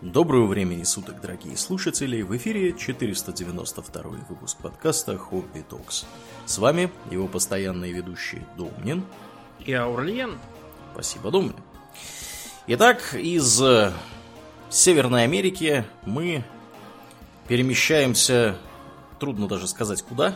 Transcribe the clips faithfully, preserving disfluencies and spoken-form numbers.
Доброго времени суток, дорогие слушатели! В эфире четыреста девяносто второй выпуск подкаста Hobby Talks. С вами его постоянные ведущие Домнин и Аурлиен. Спасибо, Домнин. Итак, из Северной Америки мы перемещаемся, трудно даже сказать куда,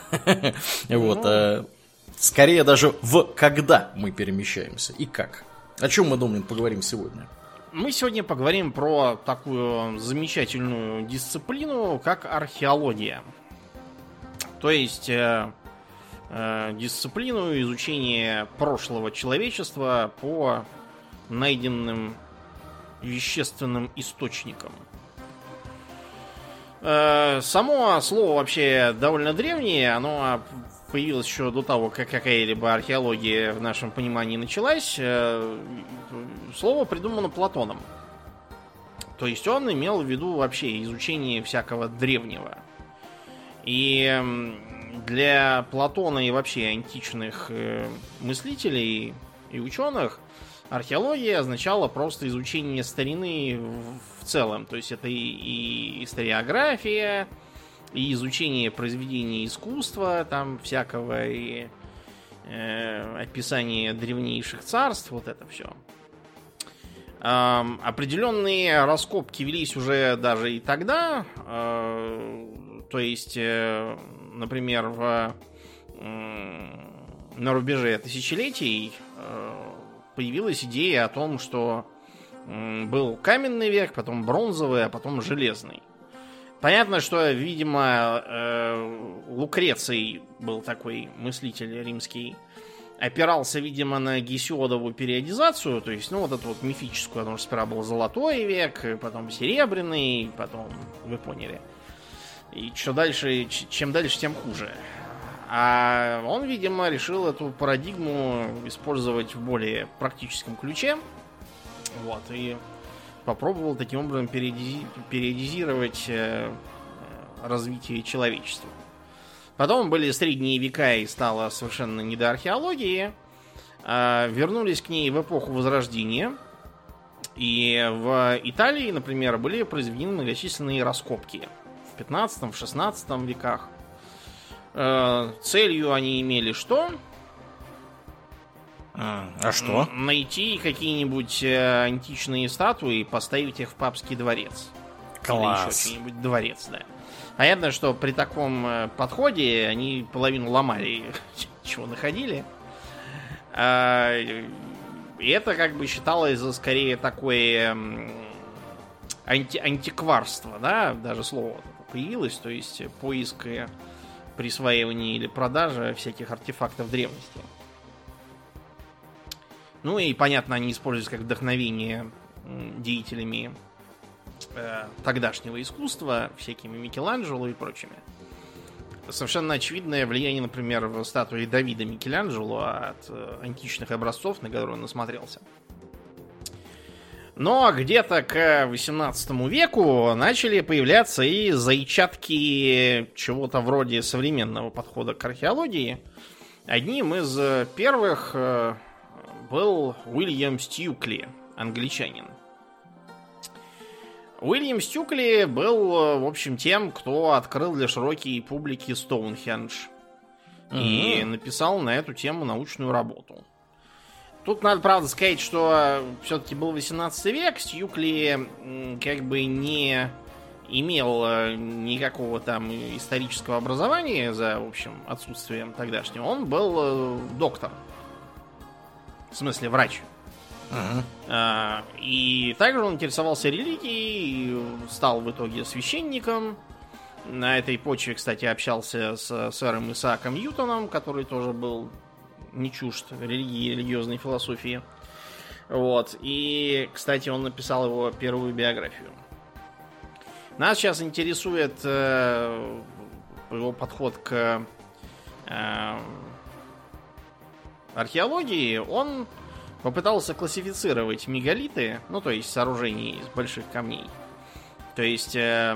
вот, скорее даже в когда мы перемещаемся и как. О чем мы, Домнин, поговорим сегодня? Мы сегодня поговорим про такую замечательную дисциплину, как археология. То есть э, э, дисциплину изучения прошлого человечества по найденным вещественным источникам. Э, само слово вообще довольно древнее, оно появилось еще до того, как какая-либо археология в нашем понимании началась. Слово придумано Платоном. То есть он имел в виду вообще изучение всякого древнего. И для Платона и вообще античных мыслителей и ученых археология означала просто изучение старины в целом. То есть это и историография, и изучение произведений искусства, там всякого, и э, описание древнейших царств, вот это все. Э, определенные раскопки велись уже даже и тогда. Э, то есть, э, например, в, э, на рубеже тысячелетий э, появилась идея о том, что э, был каменный век, потом бронзовый, а потом железный. Понятно, что, видимо, э, Лукреций был такой мыслитель римский, опирался, видимо, на Гесиодову периодизацию, то есть, ну, вот эту вот мифическую, потому что сперва был золотой век, потом серебряный, потом, вы поняли. И что дальше, чем дальше, тем хуже. А он, видимо, решил эту парадигму использовать в более практическом ключе. Вот, и попробовал таким образом периоди... периодизировать э, развитие человечества. Потом были средние века и стало совершенно не до археологии. Э, вернулись к ней в эпоху Возрождения. И в Италии, например, были произведены многочисленные раскопки в пятнадцатом, в шестнадцатом веках. Э, целью они имели что? А что? Найти какие-нибудь э, античные статуи и поставить их в папский дворец. Класс. Или еще какой-нибудь дворец, да. Понятно, что при таком э, подходе они половину ломали, чего находили. А, и это как бы считалось за скорее такое э, анти антикварство, да, даже слово появилось, то есть поиск, присваивание или продажа всяких артефактов древности. Ну и, понятно, они используются как вдохновение деятелями э, тогдашнего искусства, всякими Микеланджело и прочими. Совершенно очевидное влияние, например, в статуе Давида Микеланджело от э, античных образцов, на которые он насмотрелся. Но где-то к восемнадцатому веку начали появляться и зачатки чего-то вроде современного подхода к археологии. Одним из первых э, был Уильям Стьюкли, англичанин. Уильям Стьюкли был, в общем, тем, кто открыл для широкой публики Стоунхендж. Mm-hmm. И написал на эту тему научную работу. Тут надо, правда, сказать, что все-таки был восемнадцатый век, Стьюкли как бы не имел никакого там исторического образования за, в общем, отсутствием тогдашнего. Он был доктор. В смысле, врач. Uh-huh. А, и также он интересовался религией, и стал в итоге священником. На этой почве, кстати, общался с сэром Исааком Ньютоном, который тоже был не чужд религии и религиозной философии. Вот. И, кстати, он написал его первую биографию. Нас сейчас интересует э, его подход к э, археологии. Он попытался классифицировать мегалиты, ну, то есть сооружения из больших камней. То есть э,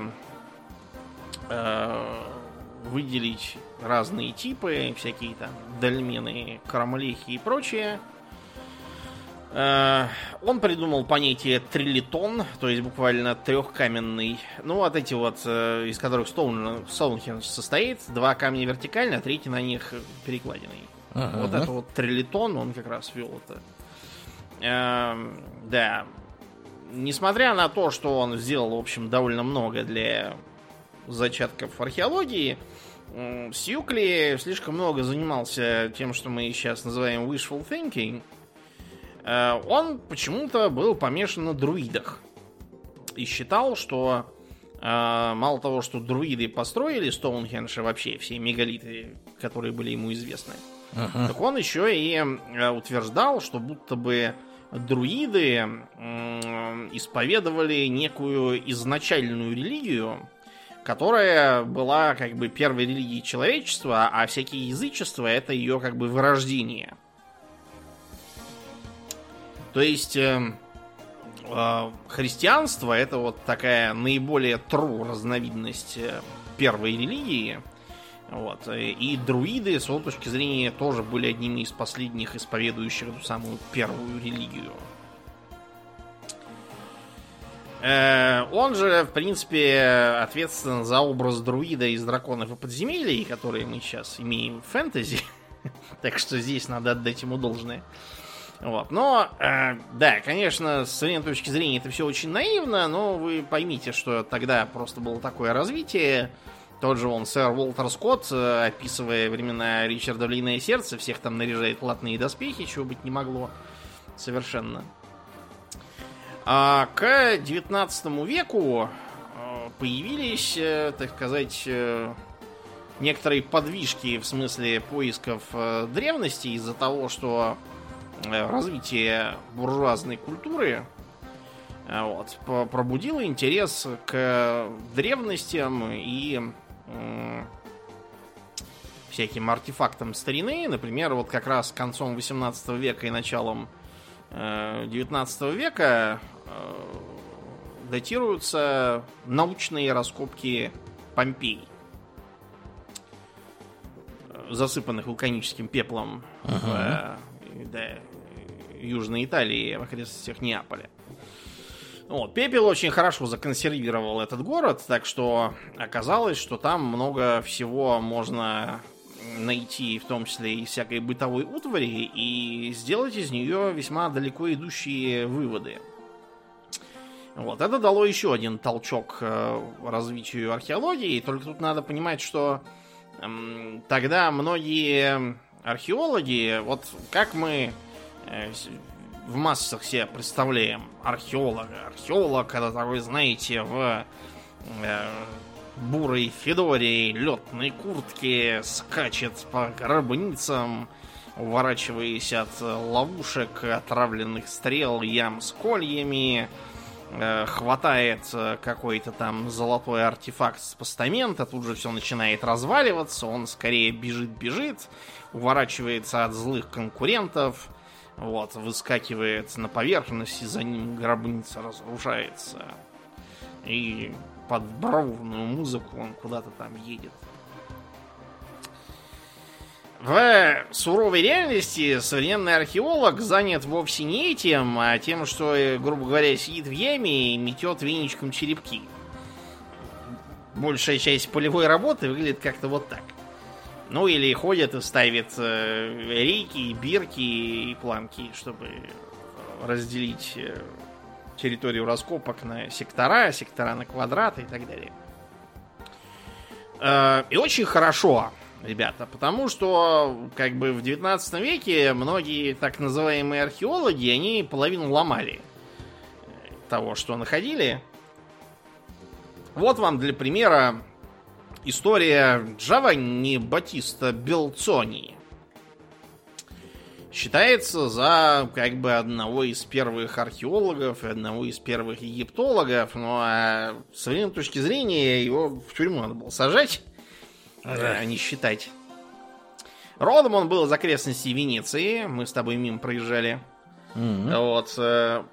э, выделить разные типы, всякие там дольмены, крамлехи и прочее. Он придумал понятие трилитон, то есть буквально трехкаменный. Ну, вот эти вот, из которых Стоун, Стоунхендж состоит. Два камня вертикально, а третий на них перекладиной. Ага. Вот это вот трилитон, он как раз вел это. Э, да. Несмотря на то, что он сделал, в общем, довольно много для зачатков археологии, Сьюкли слишком много занимался тем, что мы сейчас называем wishful thinking. Он почему-то был помешан на друидах. И считал, что мало того, что друиды построили Стоунхендж и вообще все мегалиты, которые были ему известны, uh-huh. так он еще и утверждал, что будто бы друиды исповедовали некую изначальную религию, которая была как бы первой религией человечества, а всякие язычества — это ее как бы вырождение. То есть э, э, христианство — это вот такая наиболее true разновидность первой религии. Вот. И друиды, с его точки зрения, тоже были одними из последних исповедующих эту самую первую религию. Э, он же, в принципе, ответственен за образ друида из «Драконов и подземелий», которые мы сейчас имеем в фэнтези. Так что здесь надо отдать ему должное. Вот. Но, э, да, конечно, с современной точки зрения это все очень наивно, но вы поймите, что тогда просто было такое развитие. Тот же он, сэр Уолтер Скотт, описывая времена Ричарда «Львиное сердце», всех там наряжает в латные доспехи, чего быть не могло совершенно. А к девятнадцатому веку появились, так сказать, некоторые подвижки в смысле поисков древности из-за того, что развитие буржуазной культуры вот, пробудило интерес к древностям и э, всяким артефактам старины. Например, вот как раз концом восемнадцатого века и началом э, девятнадцатого века э, датируются научные раскопки Помпеи, засыпанных вулканическим пеплом ага. в да, Южной Италии, в окрестностях Неаполя. Вот, пепел очень хорошо законсервировал этот город, так что оказалось, что там много всего можно найти, в том числе и всякой бытовой утвари, и сделать из нее весьма далеко идущие выводы. Вот, это дало еще один толчок развитию археологии, только тут надо понимать, что эм, тогда многие археологи, вот как мы э, в массах себе представляем археолога. Археолог — это такой, знаете, в э, бурой федоре, летной куртке, скачет по гробницам, уворачиваясь от ловушек, отравленных стрел, ям с кольями, э, хватает какой-то там золотой артефакт с постамента, тут же все начинает разваливаться, он скорее бежит-бежит, уворачивается от злых конкурентов, вот, выскакивает на поверхность, и за ним гробница разрушается. И под бравурную музыку он куда-то там едет. В суровой реальности современный археолог занят вовсе не этим, а тем, что, грубо говоря, сидит в яме и метет веничком черепки. Большая часть полевой работы выглядит как-то вот так. Ну, или ходят и ставят э, рейки, бирки и планки, чтобы разделить э, территорию раскопок на сектора, сектора на квадраты и так далее. Э, и очень хорошо, ребята, потому что как бы в девятнадцатом веке многие так называемые археологи, они половину ломали того, что находили. Вот вам для примера история Джованни Баттиста Белцони. Считается за как бы одного из первых археологов и одного из первых египтологов, но с современной точки зрения его в тюрьму надо было сажать, ага. а не считать. Родом он был из окрестностей Венеции, мы с тобой мимо проезжали. Mm-hmm. Вот.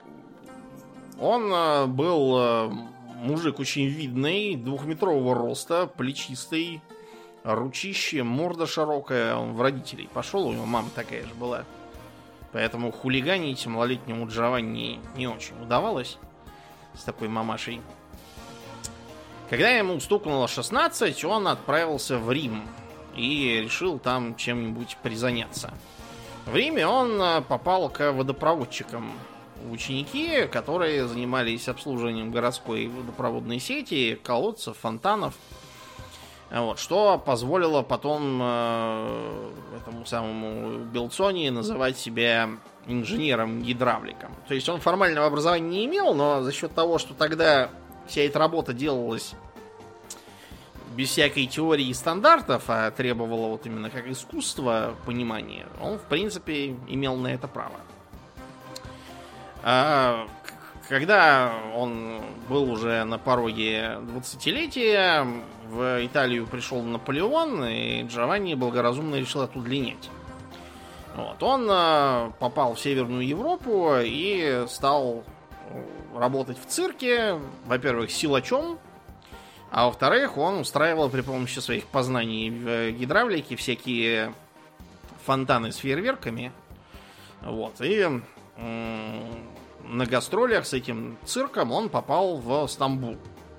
Он был мужик очень видный, двухметрового роста, плечистый, ручище, морда широкая. Он в родителей пошел, у него мама такая же была. Поэтому хулиганить малолетнему Джованни не очень удавалось с такой мамашей. Когда ему стукнуло шестнадцать, он отправился в Рим и решил там чем-нибудь призаняться. В Риме он попал к водопроводчикам в ученики, которые занимались обслуживанием городской водопроводной сети, колодцев, фонтанов. Вот, что позволило потом э, этому самому Белцони называть себя инженером-гидравликом. То есть он формального образования не имел, но за счет того, что тогда вся эта работа делалась без всякой теории и стандартов, а требовала вот именно как искусство понимания, он, в принципе, имел на это право. А когда он был уже на пороге двадцатилетия, в Италию пришел Наполеон, и Джованни благоразумно решил оттуда линять. Вот. Он попал в Северную Европу и стал работать в цирке, во-первых, силачом, а во-вторых, он устраивал при помощи своих познаний в гидравлике всякие фонтаны с фейерверками. Вот. И на гастролях с этим цирком он попал в Стамбул.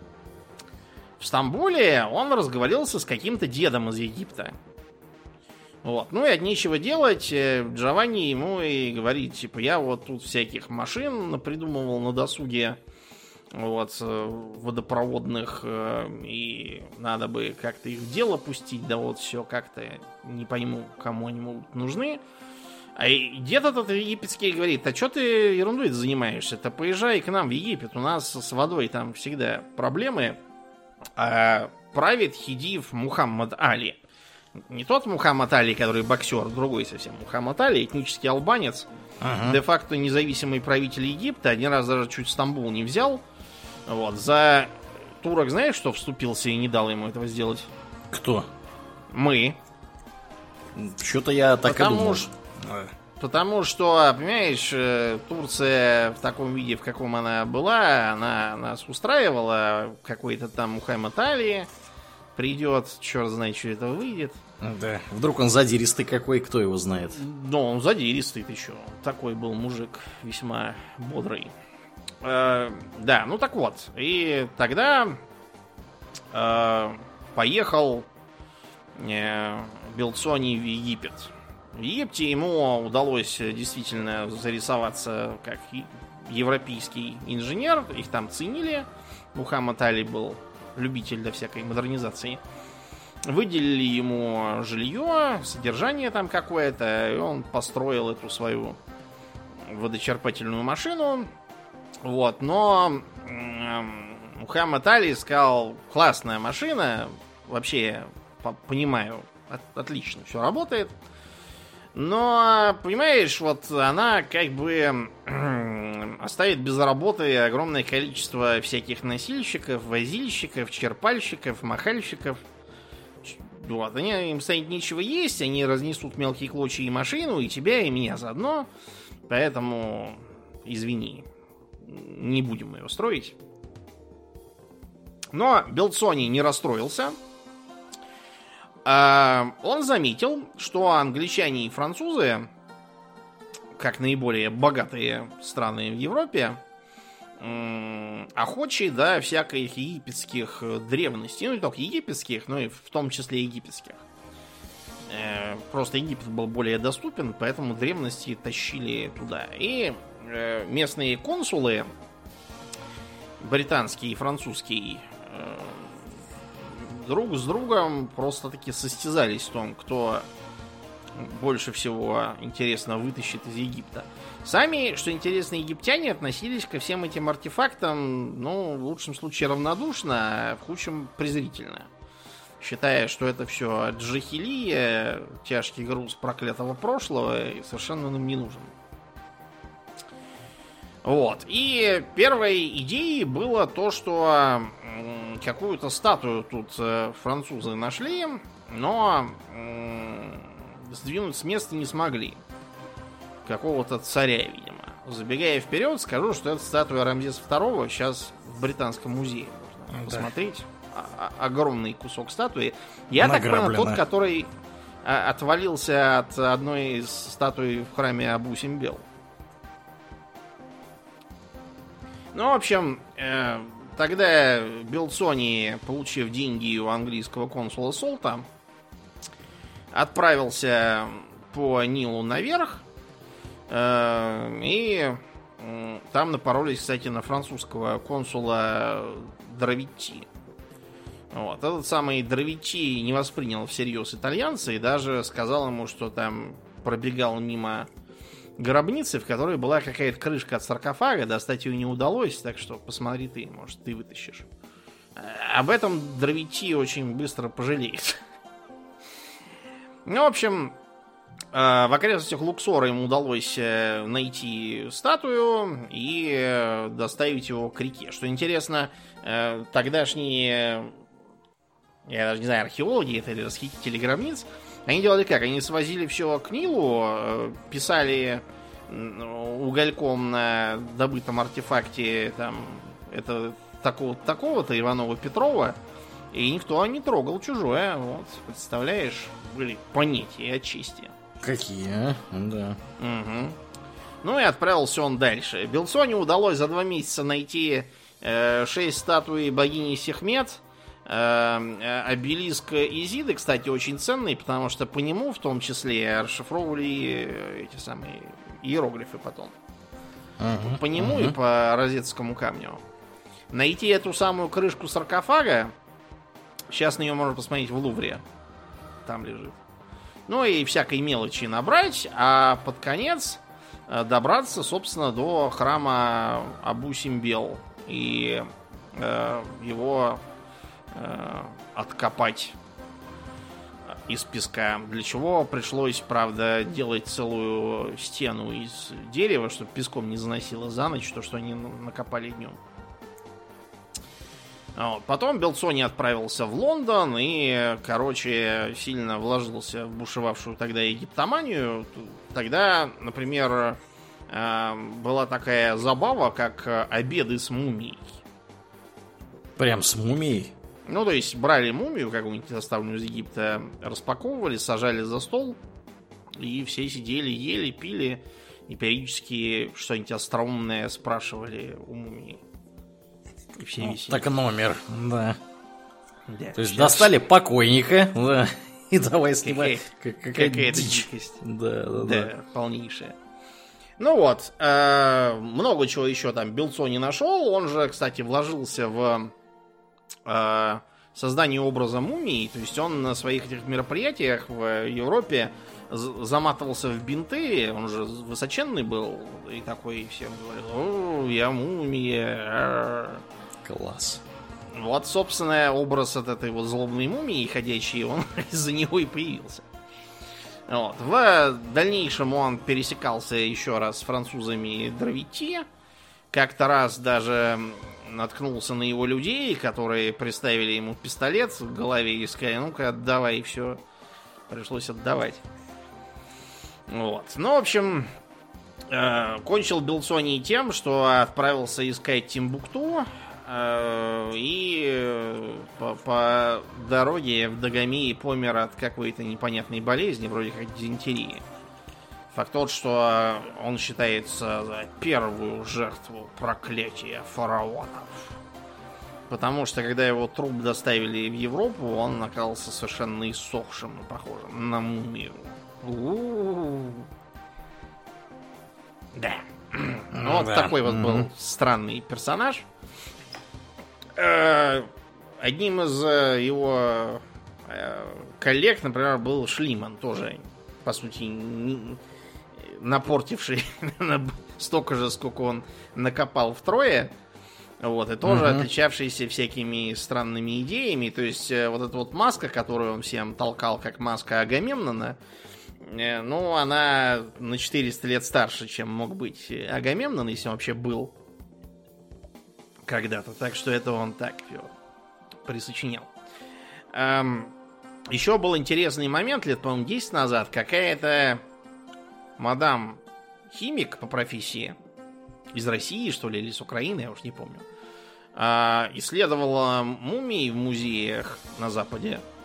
В Стамбуле он разговорился с каким-то дедом из Египта. Вот. Ну и от нечего делать, Джованни ему и говорит, типа, я вот тут всяких машин напридумывал на досуге, вот, водопроводных, и надо бы как-то их в дело пустить, да вот все как-то не пойму, кому они могут нужны. А дед этот египетский говорит, а что ты ерундой занимаешься-то? Поезжай к нам в Египет, у нас с водой там всегда проблемы. А правит хидив Мухаммад Али. Не тот Мухаммад Али, который боксер, другой совсем Мухаммад Али, этнический албанец, ага. Де-факто независимый правитель Египта, один раз даже чуть Стамбул не взял. Вот, за турок знаешь, что вступился и не дал ему этого сделать? Кто? Мы. Что-то я так Потому и думал. Что... Потому что, понимаешь, Турция в таком виде, в каком она была, она нас устраивала. Какой-то там Мухаммад Али придет, черт знает, что это выйдет. Да, вдруг он задиристый какой, кто его знает. Ну, он задиристый, ты что. Такой был мужик весьма бодрый. Э, да, ну так вот. И тогда э, поехал э, Белцони в Египет. В Египте ему удалось действительно зарисоваться как европейский инженер. Их там ценили. Мухаммад Али был любитель до всякой модернизации. Выделили ему жилье, содержание там какое-то. И он построил эту свою водочерпательную машину. Вот, но Мухаммад Али сказал, классная машина. Вообще, понимаю, от, отлично все работает. Но, понимаешь, вот она как бы оставит без работы огромное количество всяких носильщиков, возильщиков, черпальщиков, махальщиков. Вот, они, им станет нечего есть, они разнесут мелкие клочья и машину, и тебя, и меня заодно. Поэтому, извини, не будем ее строить. Но Белцони не расстроился. Он заметил, что англичане и французы, как наиболее богатые страны в Европе, охочи до всяких египетских древностей. Ну, не только египетских, но и в том числе египетских. Просто Египет был более доступен, поэтому древности тащили туда. И местные консулы, британский и французский, друг с другом просто-таки состязались в том, кто больше всего интересно вытащит из Египта. Сами, что интересно, египтяне относились ко всем этим артефактам, ну, в лучшем случае равнодушно, а в худшем презрительно. Считая, что это все джахилия, тяжкий груз проклятого прошлого, и совершенно нам не нужен. Вот. И первой идеей было то, что какую-то статую тут французы нашли, но сдвинуть с места не смогли. Какого-то царя, видимо. Забегая вперед, скажу, что это статуя Рамзеса второго. Сейчас в Британском музее можно да. посмотреть. Огромный кусок статуи. Я так понял, тот, который отвалился от одной из статуй в храме Абу-Симбел. Ну, в общем, э, тогда Белцони, получив деньги у английского консула Солта, отправился по Нилу наверх, э, и э, там напоролись, кстати, на французского консула Дравитти. Вот. Этот самый Дравитти не воспринял всерьез итальянца и даже сказал ему, что там пробегал мимо гробницы, в которой была какая-то крышка от саркофага, достать ее не удалось, так что посмотри ты, может, ты вытащишь. Об этом Дравитти очень быстро пожалеет. Ну, в общем, в окрестностях Луксора ему удалось найти статую и доставить его к реке. Что интересно, тогдашние, я даже не знаю, археологи это или расхитители гробниц, они делали как? Они свозили все к Нилу, писали угольком на добытом артефакте там, это такого-то, такого-то Иванова-Петрова, и никто не трогал чужое. Вот, представляешь, были понятия о чести. Какие, а? Да. Угу. Ну и отправился он дальше. Белцони удалось за два месяца найти э, шесть статуй богини Сехмет. Э, обелиск Изиды, кстати, очень ценный, потому что по нему в том числе расшифровывали эти самые иероглифы потом. Uh-huh, по нему uh-huh. и по розетскому камню. Найти эту самую крышку саркофага, сейчас на нее можно посмотреть в Лувре. Там лежит. Ну и всякой мелочи набрать, а под конец добраться, собственно, до храма Абу-Симбел и э, его э, откопать из песка. Для чего пришлось, правда, делать целую стену из дерева, чтобы песком не заносило за ночь то, что они накопали днем. Вот. Потом Белцони отправился в Лондон и, короче, сильно вложился в бушевавшую тогда египтоманию. Тогда, например, была такая забава, как обеды с мумией. Прям с мумией? Ну, то есть, брали мумию какую-нибудь доставленную из Египта, распаковывали, сажали за стол, и все сидели, ели, пили, и периодически что-нибудь остроумное спрашивали у мумии. И все ну, висели. Так номер, да. да то есть, сейчас... достали покойника, да, и давай снимать. Какая-то дикость. Да, да, да. Да, полнейшая. Ну вот, э, много чего еще там Белцони нашел. Он же, кстати, вложился в э, создание образа мумии. То есть он на своих этих мероприятиях в Европе заматывался в бинты. Он же высоченный был. И такой всем говорил: о, я мумия. Класс. Вот, собственно, образ от этой вот злобной мумии ходячей, он из-за него и появился. Вот. В дальнейшем он пересекался еще раз с французами Дравитти. Как-то раз даже наткнулся на его людей, которые приставили ему пистолет к голове и сказали: ну-ка, отдавай, и все. Пришлось отдавать. Вот. Ну, в общем, э, кончил Белцони тем, что отправился искать Тимбукту. И по, по дороге в Дагомии помер от какой-то непонятной болезни, вроде как дизентерии. Факт тот, что он считается за первую жертву проклятия фараонов. Потому что, когда его труп доставили в Европу, он оказался совершенно иссохшим, похожим на мумию. У-у-у. Да. Ну, вот такой вот был странный персонаж. Одним из его коллег, например, был Шлиман, тоже, по сути, напортивший столько же, сколько он накопал втрое, вот, и тоже uh-huh. отличавшийся всякими странными идеями. То есть, вот эта вот маска, которую он всем толкал, как маска Агамемнона, ну, она на четыреста лет старше, чем мог быть Агамемнон, если он вообще был когда-то. Так что это он так присочинял. Эм, еще был интересный момент лет, по-моему, десять назад. Какая-то мадам химик по профессии из России, что ли, или с Украины, я уж не помню, э, исследовала мумии в музеях на Западе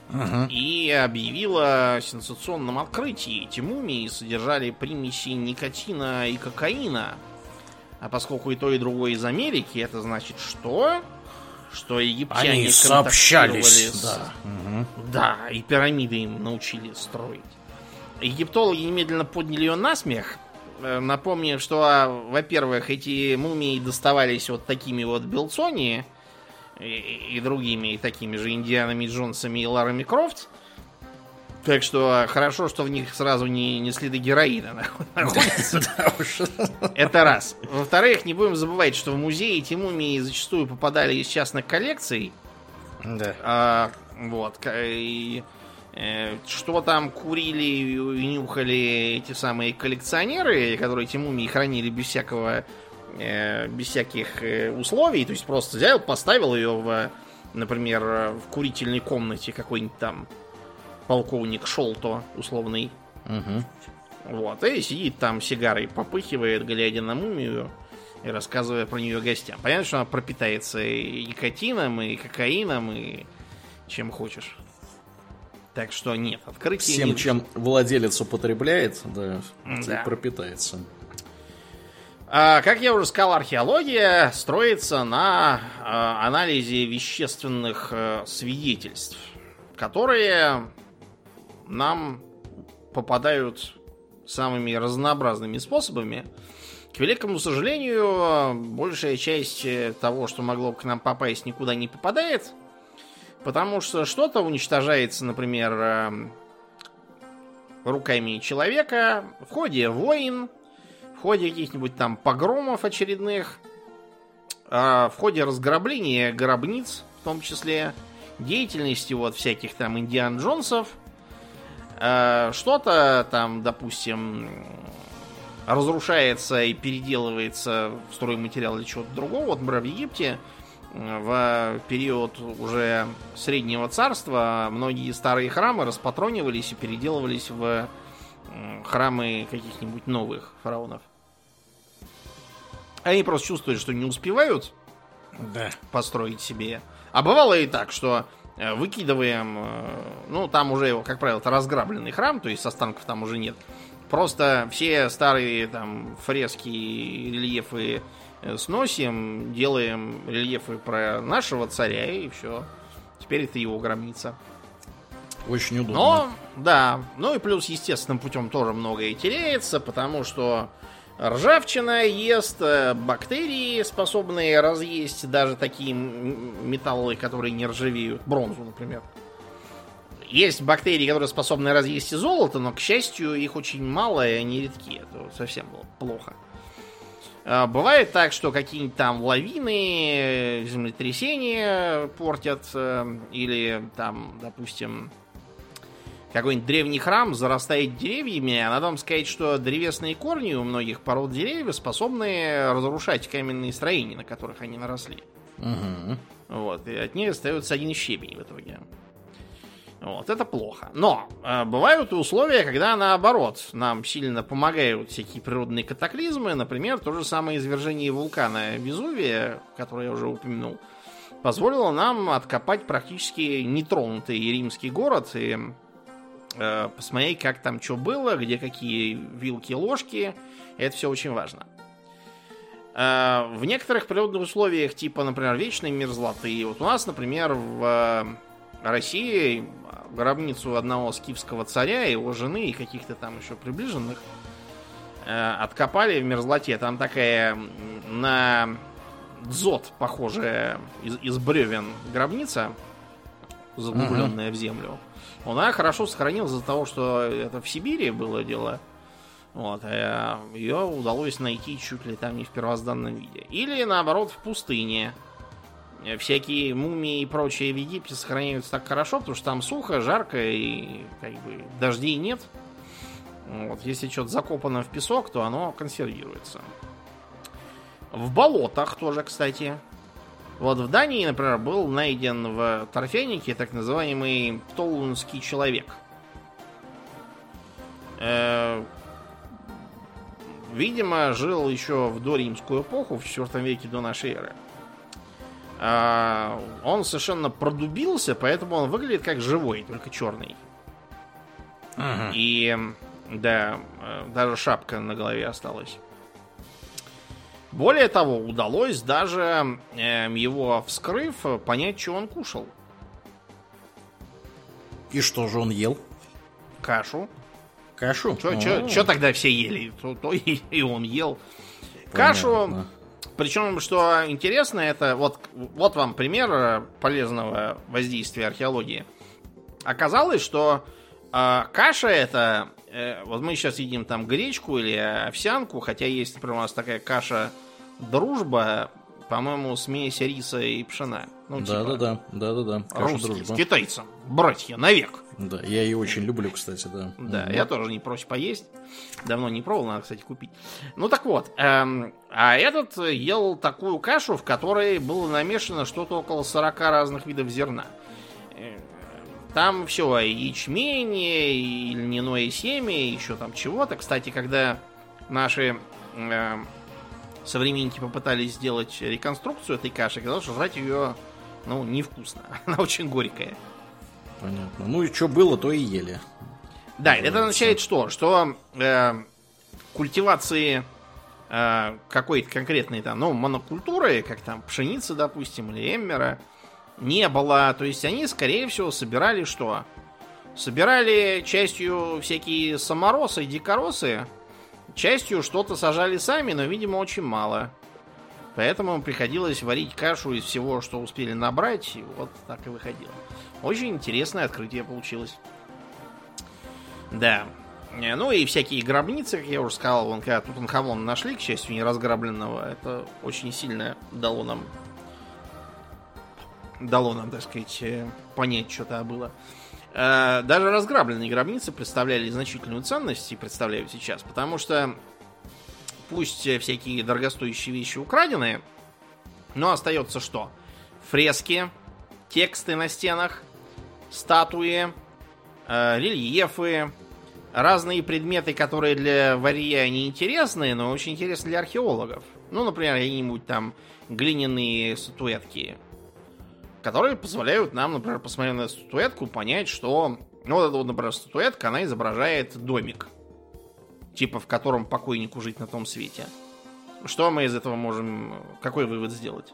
угу. и объявила о сенсационном открытии. Эти мумии содержали примеси никотина и кокаина. А поскольку и то, и другое из Америки, это значит что? Что египтяне Они сообщались, с... да. Угу. Да, и пирамиды им научили строить. Египтологи немедленно подняли ее на смех. Напомню, что, во-первых, эти мумии доставались вот такими вот Белцони и, и другими, и такими же Индианами Джонсами и Ларами Крофт. Так что хорошо, что в них сразу не, не следы героина находятся. Это раз. Во-вторых, не будем забывать, что в музее эти мумии зачастую попадали из частных коллекций. Да. А, вот. И, э, что там курили и нюхали эти самые коллекционеры, которые эти мумии хранили без всякого, э, без всяких э, условий. То есть просто взял, поставил ее, в, например, в курительной комнате какой-нибудь там полковник Шолто условный. Угу. Вот. И сидит там сигарой, попыхивает, глядя на мумию и рассказывая про нее гостям. Понятно, что она пропитается и никотином, и кокаином, и чем хочешь. Так что нет, открытие... Всем, не... чем владелец употребляет, да, да. пропитается. А, как я уже сказал, археология строится на а, анализе вещественных а, свидетельств, которые нам попадают самыми разнообразными способами. К великому сожалению, большая часть того, что могло к нам попасть, никуда не попадает. Потому что что-то уничтожается, например, руками человека в ходе войн, в ходе каких-нибудь там погромов очередных, в ходе разграбления гробниц, в том числе, деятельности вот всяких там Индиан Джонсов. Что-то там, допустим, разрушается и переделывается в стройматериал или чего-то другого. Вот, например, в Египте в период уже Среднего Царства многие старые храмы распатронивались и переделывались в храмы каких-нибудь новых фараонов. Они просто чувствуют, что не успевают да. построить себе. А бывало и так, что выкидываем, ну, там уже, как правило, это разграбленный храм, то есть останков там уже нет. Просто все старые там фрески и рельефы сносим, делаем рельефы про нашего царя, и все. Теперь это его гробница. Очень удобно. Но, да, ну и плюс естественным путем тоже многое теряется, потому что ржавчина ест, бактерии, способные разъесть даже такие металлы, которые не ржавеют. Бронзу, например. Есть бактерии, которые способны разъесть и золото, но, к счастью, их очень мало, и они редки. Это совсем было плохо. Бывает так, что какие-нибудь там лавины, землетрясения портят, или там, допустим, какой-нибудь древний храм зарастает деревьями, а надо вам сказать, что древесные корни у многих пород деревьев способны разрушать каменные строения, на которых они наросли. Угу. Вот, и от них остается один щебень в итоге. Вот, это плохо. Но э, бывают и условия, когда наоборот нам сильно помогают всякие природные катаклизмы. Например, то же самое извержение вулкана Везувия, которое я уже упомянул, позволило нам откопать практически нетронутый римский город и э, посмотреть, как там что было, где какие вилки, ложки. Это все очень важно. Э, в некоторых природных условиях, типа, например, вечной мерзлоты, вот у нас, например, в России гробницу одного скифского царя, его жены и каких-то там еще приближенных э, откопали в мерзлоте. Там такая на дзот похожая из, из бревен гробница, заглубленная uh-huh. в землю. Она хорошо сохранилась из-за того, что это в Сибири было дело. Вот, а ее удалось найти чуть ли там не в первозданном виде. Или наоборот в пустыне. Всякие мумии и прочее в Египте сохраняются так хорошо, потому что там сухо, жарко и как бы дождей нет. Вот, если что-то закопано в песок, то оно консервируется. В болотах тоже, кстати. Вот в Дании, например, был найден в торфянике так называемый Птолунский человек. Э-э- видимо, жил еще в доримскую эпоху, в четвёртом веке до нашей эры. э, он совершенно продубился, поэтому он выглядит как живой, только черный. Uh-huh. И да, даже шапка на голове осталась. Более того, удалось даже э, его вскрыв, понять, что он кушал. И что же он ел? Кашу. Кашу? Что тогда все ели? То, то и, и он ел. Понятно. Кашу. Причем, что интересно, это вот, вот вам пример полезного воздействия археологии. Оказалось, что э, каша это... Э, вот мы сейчас едим там гречку или овсянку, хотя есть, например, у нас такая каша «Дружба», по-моему, смесь риса и пшена. Ну, да-да-да, да-да-да. Русский, с китайцем. Братья, навек. Да, я ее очень люблю, кстати, да. Да, угу. Я тоже не прочь поесть. Давно не пробовал, надо, кстати, купить. Ну, так вот. Эм, а этот ел такую кашу, в которой было намешано что-то около сорока разных видов зерна. Там все, и ячмень, и льняное семя, и еще там чего-то. Кстати, когда наши... Э, современники попытались сделать реконструкцию этой каши, оказалось, что жрать ее, ну, невкусно. Она очень горькая. Понятно. Ну и что было, то и ели. Да, это означает что? Что э, культивации э, какой-то конкретной там, ну, монокультуры, как там пшеницы, допустим, или эммера, не было. То есть они, скорее всего, собирали что? Собирали частью всякие саморосы, дикоросы, частью что-то сажали сами, но, видимо, очень мало. Поэтому приходилось варить кашу из всего, что успели набрать. И вот так и выходило. Очень интересное открытие получилось. Да. Ну и всякие гробницы, как я уже сказал, вон, когда Тутанхамона нашли, к счастью, не разграбленного, это очень сильно дало нам дало нам, так сказать, понять, что то было. Даже разграбленные гробницы представляли значительную ценность и представляют сейчас, потому что пусть всякие дорогостоящие вещи украдены, но остается что? Фрески, тексты на стенах, статуи, рельефы, разные предметы, которые для варья не интересны, но очень интересны для археологов. Ну, например, какие-нибудь там глиняные статуэтки, которые позволяют нам, например, посмотрев на статуэтку, понять, что... Ну, вот эта вот, например, статуэтка, она изображает домик. Типа, в котором покойнику жить на том свете. Что мы из этого можем... Какой вывод сделать?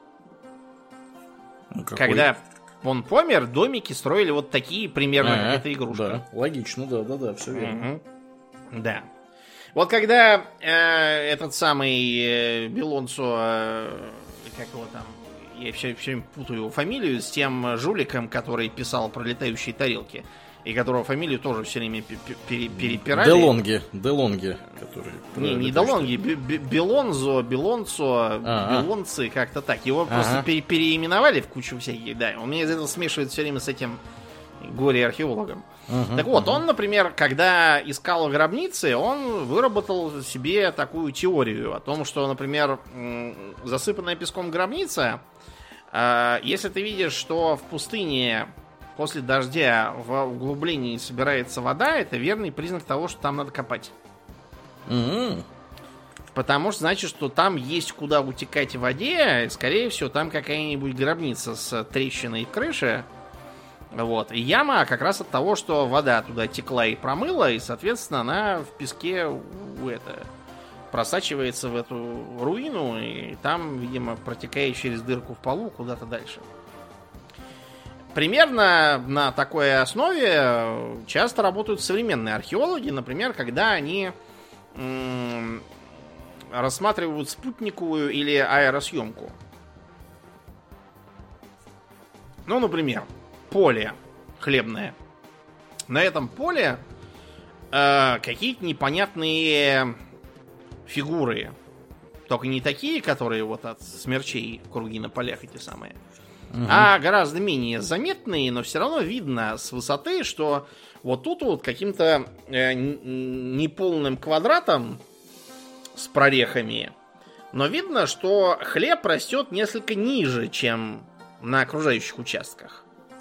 Какой? Когда он помер, домики строили вот такие примерно, А-а, как эта игрушка. Да, логично, да-да-да, все верно. Угу. Да. Вот когда э, этот самый э, Белонцо... Э, как его там... Я все, все путаю его фамилию с тем жуликом, который писал про летающие тарелки. И которого фамилию тоже все время перепирали. Делонги. Делонги. Который не, не Делонги. Белонзо, Белонцо, Белонцы, как-то так. Его ага. просто пере переименовали в кучу всяких. Да, он меня из этого смешивает все время с этим горе-археологом. Uh-huh, так вот, uh-huh. он, например, когда искал гробницы, он выработал себе такую теорию о том, что, например, засыпанная песком гробница, если ты видишь, что в пустыне после дождя в углублении собирается вода, это верный признак того, что там надо копать. Uh-huh. Потому что значит, что там есть куда утекать в воде, и, скорее всего, там какая-нибудь гробница с трещиной в крыше. Вот. И яма как раз от того, что вода туда текла и промыла, и, соответственно, она в песке это, просачивается в эту руину, и там, видимо, протекает через дырку в полу куда-то дальше. Примерно на такой основе часто работают современные археологи, например, когда они м- рассматривают спутниковую или аэросъемку. Ну, например, поле хлебное. На этом поле э, какие-то непонятные фигуры. Только не такие, которые вот от смерчей круги на полях эти самые. Угу. А гораздо менее заметные, но все равно видно с высоты, что вот тут вот каким-то э, неполным квадратом с прорехами. Но видно, что хлеб растет несколько ниже, чем на окружающих участках.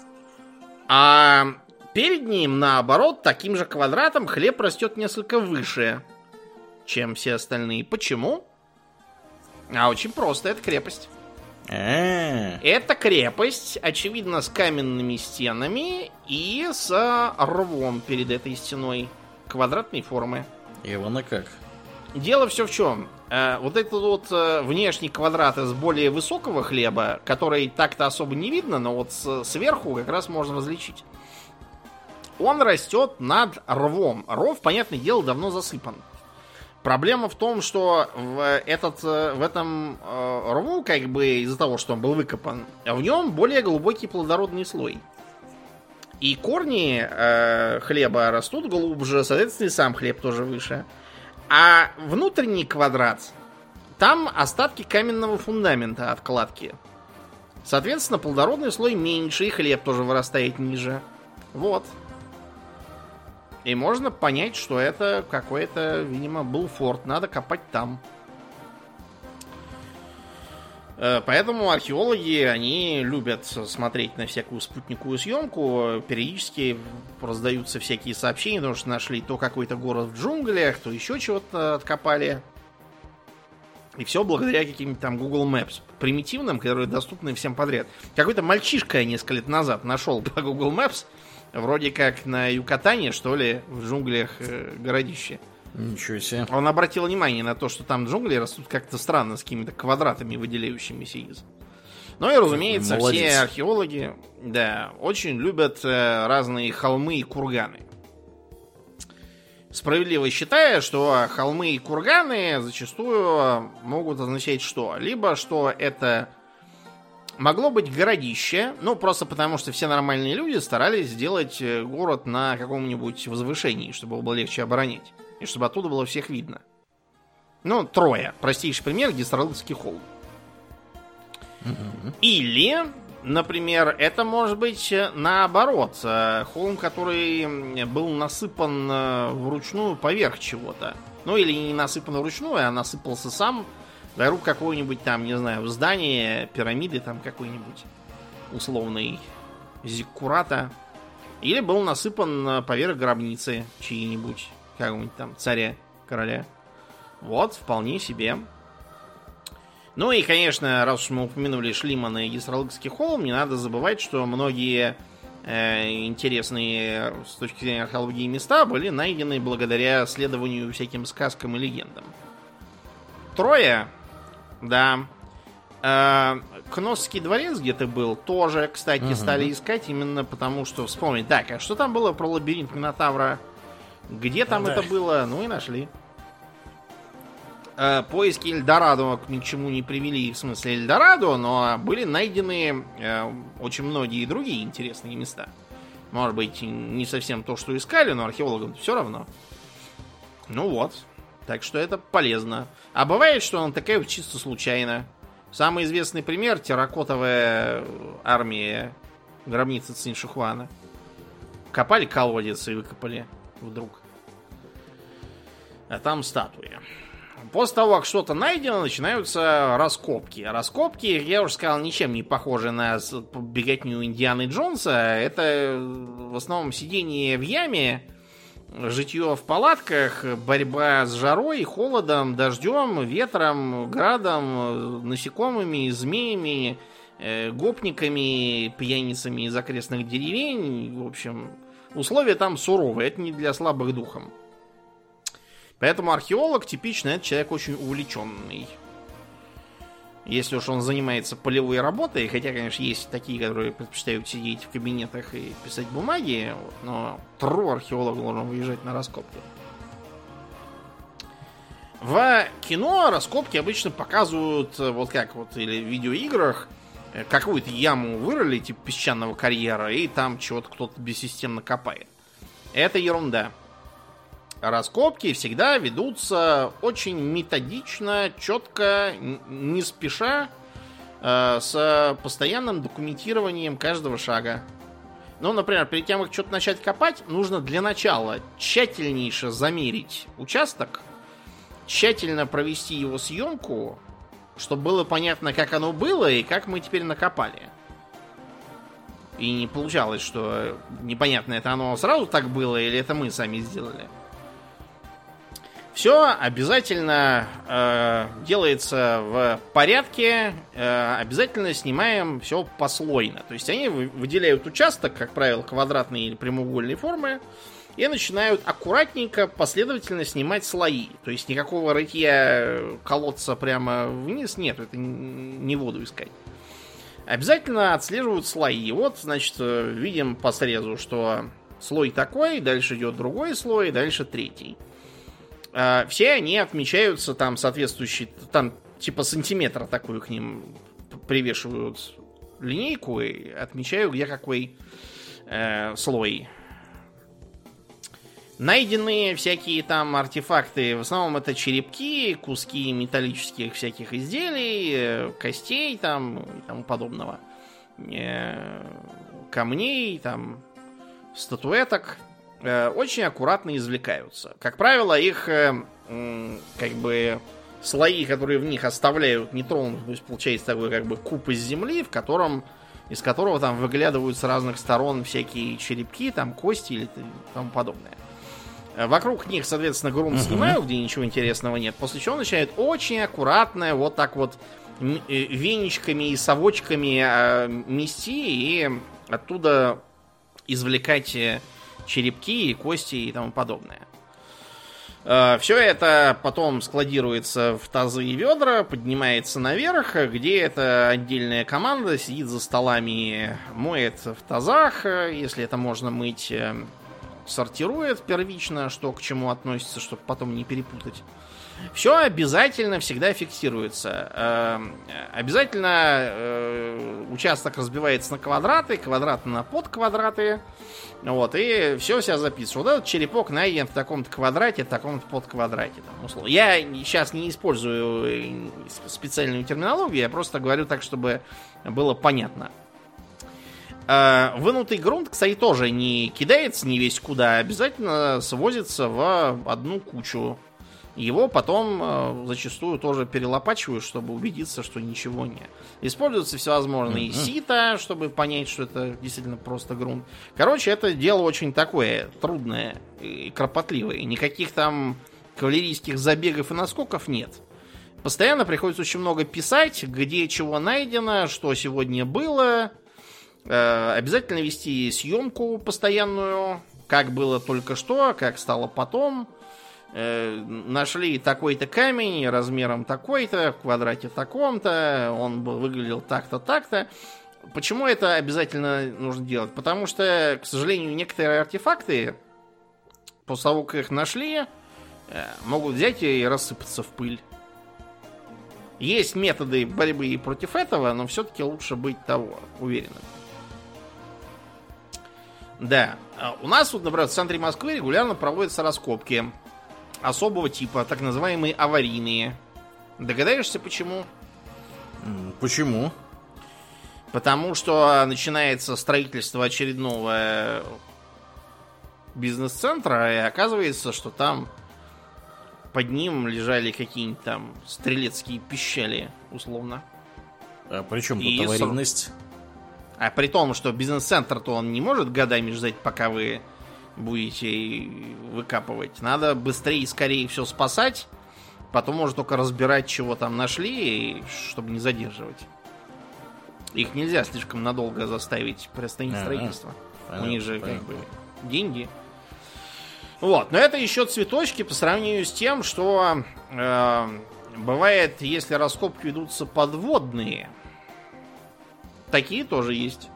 А перед ним, наоборот, таким же квадратом хлеб растет несколько выше, чем все остальные. Почему? А очень просто, это крепость. А-а-а. Это крепость, очевидно, с каменными стенами и с рвом перед этой стеной квадратной формы. Ивана как? Дело все в чем. Вот этот вот внешний квадрат из более высокого хлеба, который так-то особо не видно, но вот сверху как раз можно различить. Он растет над рвом. Ров, понятное дело, давно засыпан. Проблема в том, что в, этот, в этом рву, как бы из-за того, что он был выкопан, в нем более глубокий плодородный слой. И корни э, хлеба растут глубже, соответственно, и сам хлеб тоже выше. А внутренний квадрат, там остатки каменного фундамента от кладки. Соответственно, плодородный слой меньше, и хлеб тоже вырастает ниже. Вот. И можно понять, что это какой-то, видимо, был форт. Надо копать там. Поэтому археологи, они любят смотреть на всякую спутниковую съемку. Периодически раздаются всякие сообщения, потому что нашли то какой-то город в джунглях, то еще чего-то откопали. И все благодаря каким-то там Google Maps примитивным, которые доступны всем подряд. Какой-то мальчишка несколько лет назад нашел по Google Maps, вроде как на Юкатане, что ли, в джунглях э, городище. Ничего себе. Он обратил внимание на то, что там джунгли растут как-то странно, с какими-то квадратами, выделяющимися из. Ну и, разумеется, Молодец. все археологи, да, очень любят э, разные холмы и курганы. Справедливо считая, что холмы и курганы зачастую могут означать что? Либо, что это могло быть городище, ну, просто потому, что все нормальные люди старались сделать город на каком-нибудь возвышении, чтобы его было легче оборонять. И чтобы оттуда было всех видно. Ну, Троя. Простейший пример. Гистралыкский холм. Mm-hmm. Или, например, это может быть наоборот. Холм, который был насыпан вручную поверх чего-то. Ну, или не насыпан вручную, а насыпался сам вокруг какого-нибудь там, не знаю, здания, пирамиды там какой-нибудь условный зиккурата. Или был насыпан поверх гробницы чьей-нибудь. Какого-нибудь там царя, короля. Вот, вполне себе. Ну и, конечно, раз уж мы упомянули Шлимана и Гистралыкский холм, не надо забывать, что многие э, интересные с точки зрения археологии места были найдены благодаря следованию всяким сказкам и легендам. Троя, да. Э, Кносский дворец где-то был, тоже, кстати, угу. стали искать именно потому, что вспомнить. Так, а что там было про лабиринт Минотавра? Где там да. это было? Ну и нашли. Э, поиски Эльдорадо ни к чему не привели, в смысле Эльдорадо, но были найдены э, очень многие другие интересные места. Может быть, не совсем то, что искали, но археологам все равно. Ну вот. Так что это полезно. А бывает, что он такая вот чисто случайно. Самый известный пример — терракотовая армия гробницы Цинь-Шихуана. Копали колодец и выкопали вдруг. А там статуи. После того, как что-то найдено, начинаются раскопки. Раскопки, я уже сказал, ничем не похожи на беготню Индианы Джонса. Это в основном сидение в яме, житье в палатках, борьба с жарой, холодом, дождем, ветром, градом, насекомыми, змеями, гопниками, пьяницами из окрестных деревень. В общем, условия там суровые. Это не для слабых духом. Поэтому археолог типично это человек очень увлеченный. Если уж он занимается полевой работой, хотя, конечно, есть такие, которые предпочитают сидеть в кабинетах и писать бумаги, вот, но тру археолог должен выезжать на раскопки. В кино раскопки обычно показывают, вот как вот, или в видеоиграх, какую-то яму вырыли, типа песчаного карьера, и там чего-то кто-то бессистемно копает. Это ерунда. Раскопки всегда ведутся очень методично, четко, не спеша, э, с постоянным документированием каждого шага. Ну, например, перед тем, как что-то начать копать, нужно для начала тщательнейше замерить участок, тщательно провести его съемку, чтобы было понятно, как оно было и как мы теперь накопали. И не получалось, что непонятно, это оно сразу так было или это мы сами сделали. Все обязательно э, делается в порядке, э, обязательно снимаем все послойно. То есть они выделяют участок, как правило, квадратной или прямоугольной формы, и начинают аккуратненько, последовательно снимать слои. То есть никакого рытья колодца прямо вниз нет, это не воду искать. Обязательно отслеживают слои. Вот, значит, видим по срезу, что слой такой, дальше идет другой слой, дальше третий. Все они отмечаются там соответствующие, там типа сантиметра такую к ним привешивают линейку и отмечаю, где какой э, слой. Найденные всякие там артефакты, в основном это черепки, куски металлических всяких изделий, костей там и тому подобного, э, камней, там, статуэток. Очень аккуратно извлекаются. Как правило, их э, э, как бы слои, которые в них оставляют нетронутым, то есть получается такой как бы куб из земли, в котором, из которого там выглядывают с разных сторон всякие черепки, там кости или тому подобное. Вокруг них, соответственно, грунт uh-huh. снимают, где ничего интересного нет, после чего начинают очень аккуратно вот так вот веничками и совочками э, мести и оттуда извлекать черепки, кости и тому подобное. Все это потом складируется в тазы и ведра, поднимается наверх, где эта отдельная команда сидит за столами, моет в тазах, если это можно мыть, сортирует первично, что к чему относится, чтобы потом не перепутать. Все обязательно всегда фиксируется. Обязательно участок разбивается на квадраты, квадраты на подквадраты. Вот, и все себя записываю. Вот этот черепок найден в таком-то квадрате, в таком-то подквадрате. Там, условно. Я сейчас не использую специальную терминологию, я просто говорю так, чтобы было понятно. Вынутый грунт, кстати, тоже не кидается не весь куда, обязательно свозится в одну кучу. Его потом э, зачастую тоже перелопачивают, чтобы убедиться, что ничего нет. Используются всевозможные mm-hmm. сито, чтобы понять, что это действительно просто грунт. Короче, это дело очень такое трудное и кропотливое. Никаких там кавалерийских забегов и наскоков нет. Постоянно приходится очень много писать, где чего найдено, что сегодня было. Э, обязательно вести съемку постоянную, как было только что, как стало потом. Нашли такой-то камень размером такой-то, в квадрате таком-то, он был, выглядел так-то, так-то. Почему это обязательно нужно делать? Потому что, к сожалению, некоторые артефакты, после того, как их нашли, могут взять и рассыпаться в пыль. Есть методы борьбы и против этого, но все-таки лучше быть того, уверенным. Да, у нас тут, например, в центре Москвы регулярно проводятся раскопки особого типа, так называемые аварийные. Догадаешься, почему? Почему? Потому что начинается строительство очередного бизнес-центра, и оказывается, что там под ним лежали какие-нибудь там стрелецкие пищали, условно. А при чем тут и аварийность? А при том, что бизнес-центр-то он не может годами ждать, пока вы будете выкапывать. Надо быстрее и скорее все спасать. Потом можно только разбирать, чего там нашли, чтобы не задерживать. Их нельзя слишком надолго заставить приостановить строительство. У них же понятно. Как бы деньги. Вот. Но это еще цветочки по сравнению с тем, что э, бывает, если раскопки ведутся подводные. Такие тоже есть.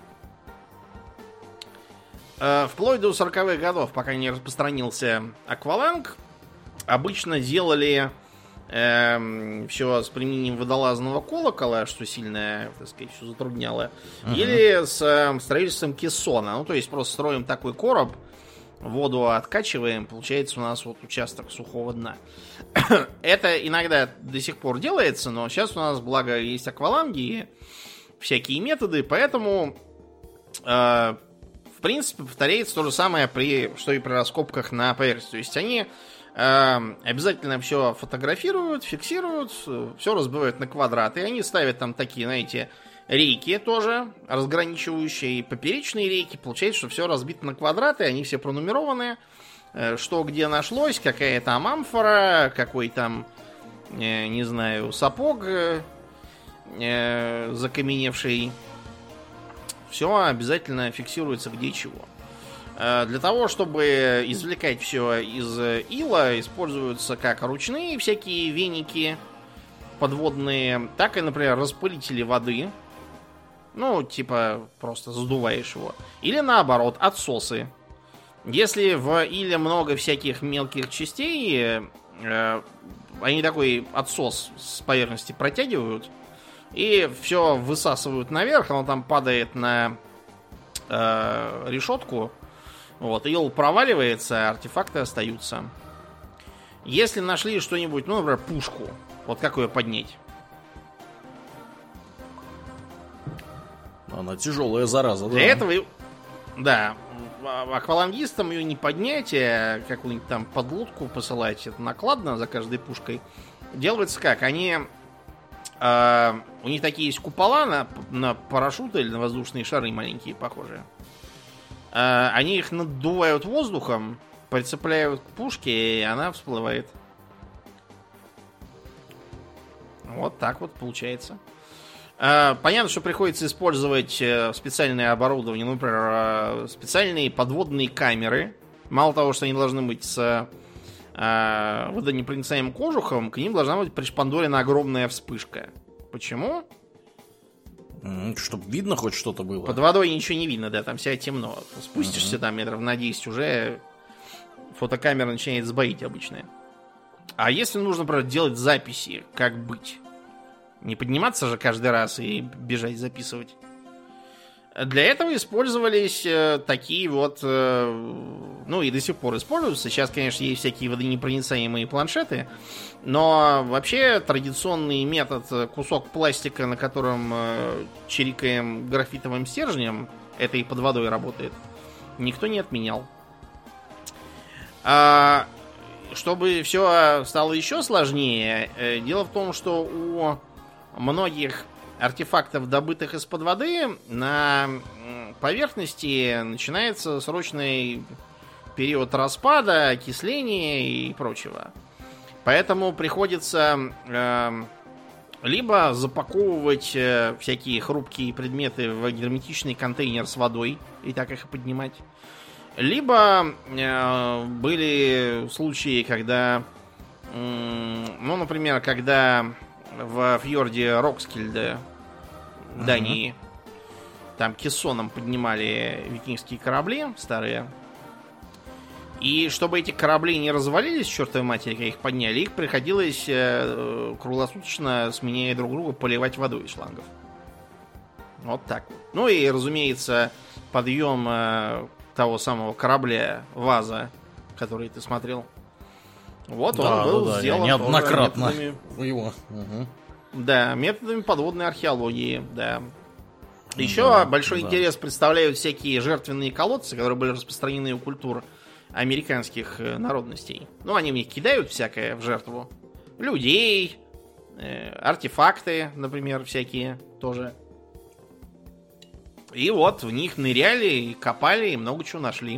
Вплоть до сороковых годов, пока не распространился акваланг, обычно делали э, все с применением водолазного колокола, что сильно, так сказать, все затрудняло, uh-huh. или с э, строительством кессона. Ну, то есть просто строим такой короб, воду откачиваем, получается у нас вот участок сухого дна. Это иногда до сих пор делается, но сейчас у нас, благо, есть акваланги и всякие методы, поэтому... Э, В принципе, повторяется то же самое, при, что и при раскопках на поверхности. То есть они э, обязательно все фотографируют, фиксируют, все разбивают на квадраты. И они ставят там такие, знаете, рейки тоже, разграничивающие, и поперечные рейки. Получается, что все разбито на квадраты, они все пронумерованы. что где нашлось, какая там амфора, какой там, не знаю, сапог закаменевший. Все обязательно фиксируется где чего. Для того, чтобы извлекать все из ила, используются как ручные всякие веники подводные, так и, например, распылители воды. Ну, типа, просто задуваешь его. Или наоборот, отсосы. Если в иле много всяких мелких частей, э, они такой отсос с поверхности протягивают и все высасывают наверх, оно там падает на э, решетку. Вот, ил проваливается, артефакты остаются. Если нашли что-нибудь, ну, например, пушку, вот как ее поднять? Она тяжелая зараза, да. Для этого, да, аквалангистам ее не поднять, а какую-нибудь там подлодку посылать, это накладно за каждой пушкой. Делается как? Они... Э, у них такие есть купола на, на парашюты или на воздушные шары маленькие, похожие. Э, они их надувают воздухом, прицепляют к пушке, и она всплывает. Вот так вот получается. Понятно, что приходится использовать специальное оборудование, например, специальные подводные камеры. Мало того, что они должны быть с водонепроницаемым кожухом, к ним должна быть пришпандорена огромная вспышка. Почему? Чтобы видно хоть что-то было. Под водой ничего не видно, да, там вся темно. Спустишься uh-huh. там метров на десять, уже фотокамера начинает сбоить обычная. А если нужно, например, делать записи, как быть? Не подниматься же каждый раз и бежать записывать. Для этого использовались э, такие вот... Э, ну и до сих пор используются. Сейчас, конечно, есть всякие водонепроницаемые планшеты. Но вообще традиционный метод, кусок пластика, на котором э, чирикаем графитовым стержнем, это и под водой работает, никто не отменял. А, чтобы все стало еще сложнее, э, дело в том, что у многих артефактов, добытых из-под воды, на поверхности начинается срочный период распада, окисления и прочего. Поэтому приходится э, либо запаковывать э, всякие хрупкие предметы в герметичный контейнер с водой и так их поднимать. Либо э, были случаи, когда, э, ну, например, когда в фьорде Рокскильде, Дании, uh-huh. там кессоном поднимали викингские корабли старые. И чтобы эти корабли не развалились, чертовой матери, когда их подняли, их приходилось э, круглосуточно, сменяя друг друга, поливать водой из шлангов. Вот так вот. Ну и, разумеется, подъем э, того самого корабля Ваза, который ты смотрел. Вот да, он был да, сделан неоднократно методами, его. Угу. Да, методами подводной археологии, да. Еще да, большой да. интерес представляют всякие жертвенные колодцы, которые были распространены у культур американских народностей. Ну, они в них кидают всякое в жертву. Людей, э, артефакты, например, всякие тоже. И вот в них ныряли, и копали, и много чего нашли.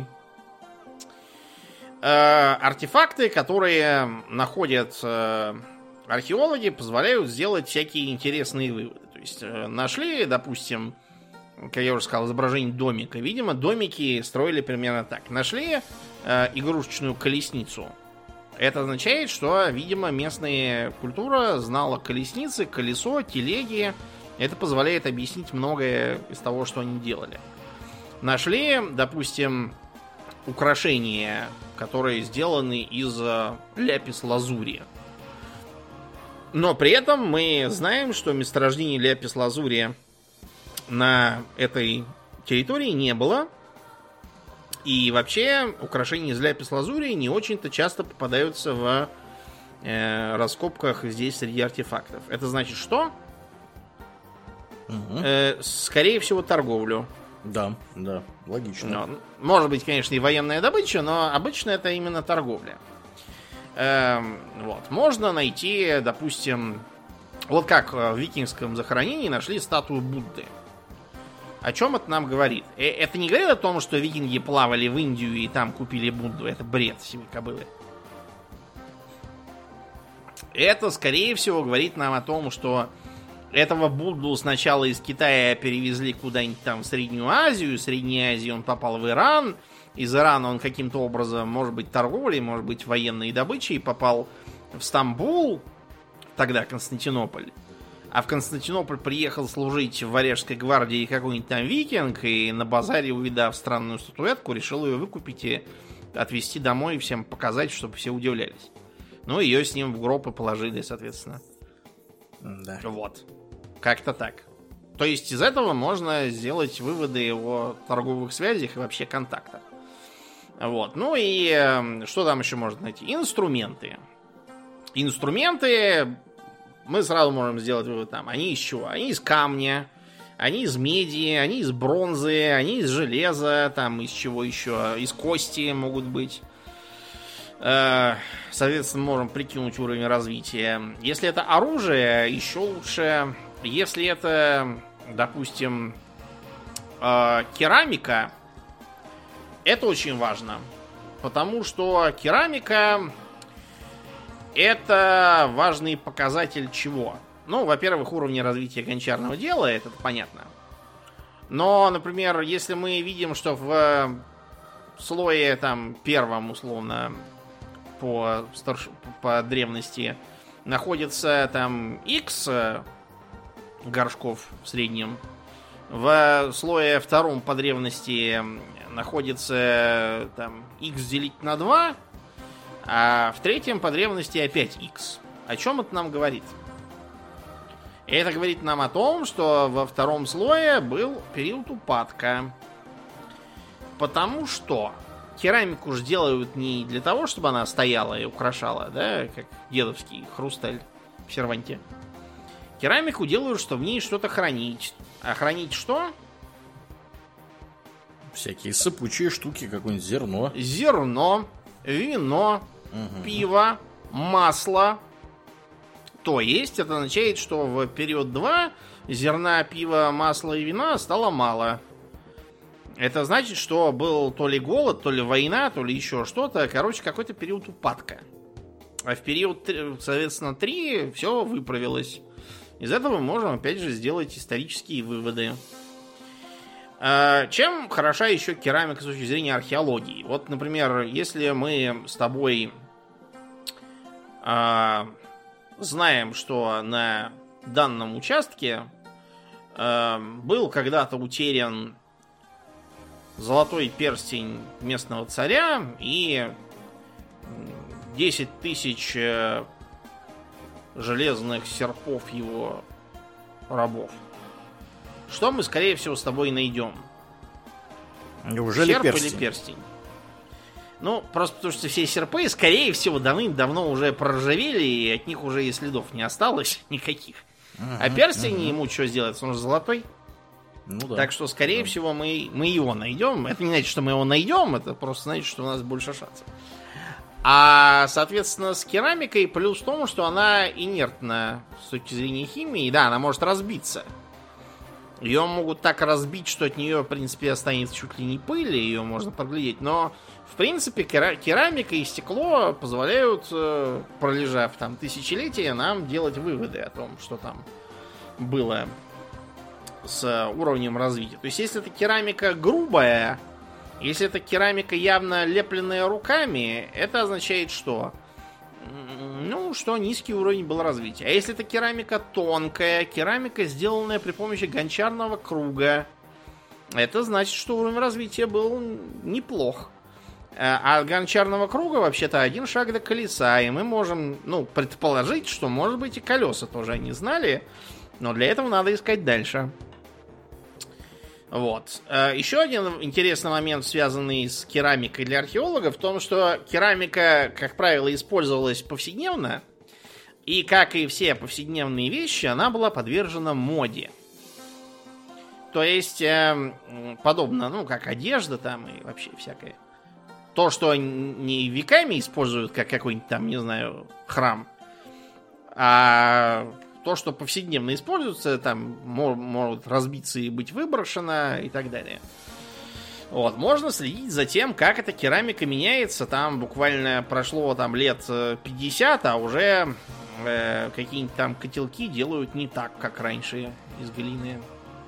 Э, артефакты, которые находят э, археологи, позволяют сделать всякие интересные выводы. То есть э, нашли, допустим, как я уже сказал, изображение домика. Видимо, домики строили примерно так. Нашли э, игрушечную колесницу. Это означает, что, видимо, местная культура знала колесницы, колесо, телеги. Это позволяет объяснить многое из того, что они делали. Нашли, допустим, украшения, которые сделаны из ляпис-лазури. Но при этом мы знаем, что месторождений ляпис-лазури на этой территории не было. И вообще украшения из ляпис-лазури не очень-то часто попадаются в э, раскопках здесь среди артефактов. Это значит что? Угу. Э, скорее всего, торговлю. Да, да, логично. Но, может быть, конечно, и военная добыча, но обычно это именно торговля. Э, вот. Можно найти, допустим, вот как в викингском захоронении нашли статую Будды. О чем это нам говорит? Это не говорит о том, что викинги плавали в Индию и там купили Будду. Это бред семи кобылы. Это, скорее всего, говорит нам о том, что этого Будду сначала из Китая перевезли куда-нибудь там в Среднюю Азию. Из Средней Азии он попал в Иран. Из Ирана он каким-то образом, может быть, торговлей, может быть, военной добычей, попал в Стамбул, тогда Константинополь. А в Константинополь приехал служить в Варяжской гвардии какой-нибудь там викинг, и на базаре, увидав странную статуэтку, решил ее выкупить и отвезти домой и всем показать, чтобы все удивлялись. Ну, ее с ним в гроб и положили, соответственно. Да. Вот. Как-то так. То есть из этого можно сделать выводы о торговых связях и вообще контактах. Вот. Ну и э, что там еще можно найти? Инструменты. Инструменты мы сразу можем сделать вывод там. Они из чего? Они из камня, они из меди, они из бронзы, они из железа, там из чего еще? Из кости могут быть. Э, соответственно, можем прикинуть уровень развития. Если это оружие, еще лучше. Если это, допустим, э, керамика, это очень важно. Потому что керамика это важный показатель чего? Ну, во-первых, уровня развития гончарного дела, это понятно. Но, например, если мы видим, что в слое там первом, условно, по, старш... по древности находится там X горшков в среднем, в слое втором по древности находится там X делить на два, а в третьем по древности опять X. О чем это нам говорит? Это говорит нам о том, что во втором слое был период упадка. Потому что керамику же делают не для того, чтобы она стояла и украшала, да, как дедовский хрусталь в серванте. Керамику делают, чтобы в ней что-то хранить. А хранить что? Всякие сыпучие штуки, какое-нибудь зерно. Зерно, вино, угу. пиво, масло. То есть, это означает, что в период два зерна, пива, масла и вина стало мало. Это значит, что был то ли голод, то ли война, то ли еще что-то. Короче, какой-то период упадка. А в период, соответственно, три все выправилось. Из этого мы можем, опять же, сделать исторические выводы. Чем хороша еще керамика с точки зрения археологии? Вот, например, если мы с тобой а, знаем, что на данном участке а, был когда-то утерян золотой перстень местного царя и десять тысяч железных серпов его рабов. Что мы, скорее всего, с тобой найдем? Неужели серп перстень? Или перстень? Ну, просто потому что все серпы, скорее всего, давным-давно уже проржавели, и от них уже и следов не осталось никаких. Uh-huh, а перстень uh-huh. ему что сделать? Он же золотой. Ну, да. Так что, скорее да. всего, мы, мы его найдем. Это не значит, что мы его найдем, это просто значит, что у нас больше шансов. А, соответственно, с керамикой плюс в том, что она инертна с точки зрения химии. Да, она может разбиться. Ее могут так разбить, что от нее, в принципе, останется чуть ли не пыль, и ее можно проглядеть. Но, в принципе, керамика и стекло позволяют, пролежав там тысячелетия, нам делать выводы о том, что там было с уровнем развития. То есть, если это керамика грубая, если это керамика явно лепленная руками, это означает что? Ну, что низкий уровень был развития. А если это керамика тонкая, керамика, сделанная при помощи гончарного круга, это значит, что уровень развития был неплох. А от гончарного круга вообще-то один шаг до колеса, и мы можем, ну, предположить, что, может быть, и колеса тоже они знали, но для этого надо искать дальше. Вот. Еще один интересный момент, связанный с керамикой для археологов, в том, что керамика, как правило, использовалась повседневно, и, как и все повседневные вещи, она была подвержена моде. То есть, подобно, ну, как одежда там и вообще всякое. То, что не веками используют, как какой-нибудь там, не знаю, храм, а то, что повседневно используется, там может разбиться и быть выброшено и так далее. Вот, можно следить за тем, как эта керамика меняется. Там буквально прошло там лет пятьдесят, а уже э, какие-нибудь там котелки делают не так, как раньше из глины.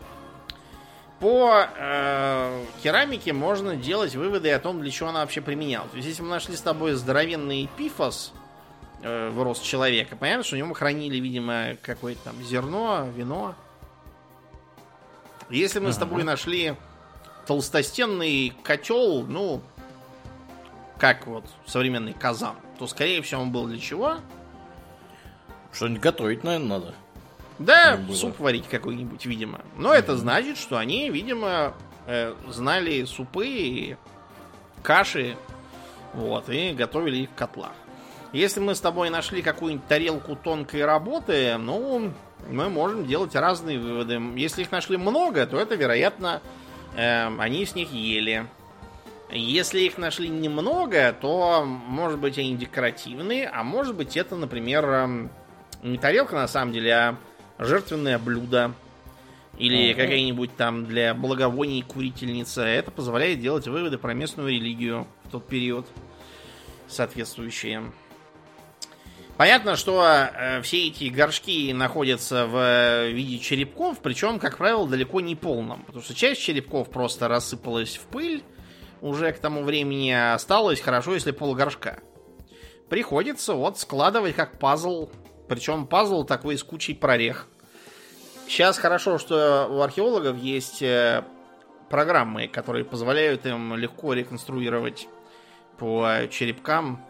По э, керамике можно делать выводы о том, для чего она вообще применялась. То есть, если мы нашли с тобой здоровенный пифос э, в рост человека, понятно, что в нем хранили, видимо, какое-то там зерно, вино. Если мы ага. с тобой нашли толстостенный котел, ну, как вот современный казан, то, скорее всего, он был для чего? Что-нибудь готовить, наверное, надо. Да, суп варить какой-нибудь, видимо. Но mm-hmm. это значит, что они, видимо, э, знали супы и каши, вот, и готовили их в котлах. Если мы с тобой нашли какую-нибудь тарелку тонкой работы, ну, мы можем делать разные выводы. Если их нашли много, то это, вероятно, э, они с них ели. Если их нашли немного, то, может быть, они декоративные, а может быть, это, например, не тарелка на самом деле, а жертвенное блюдо. Или uh-huh. какая-нибудь там для благовоний курительница. Это позволяет делать выводы про местную религию в тот период соответствующие. Понятно, что э, все эти горшки находятся в виде черепков, причем, как правило, далеко не полном. Потому что часть черепков просто рассыпалась в пыль уже к тому времени, а осталось хорошо, если полгоршка. Приходится вот складывать как пазл. Причем пазл такой с кучей прорех. Сейчас хорошо, что у археологов есть программы, которые позволяют им легко реконструировать по черепкам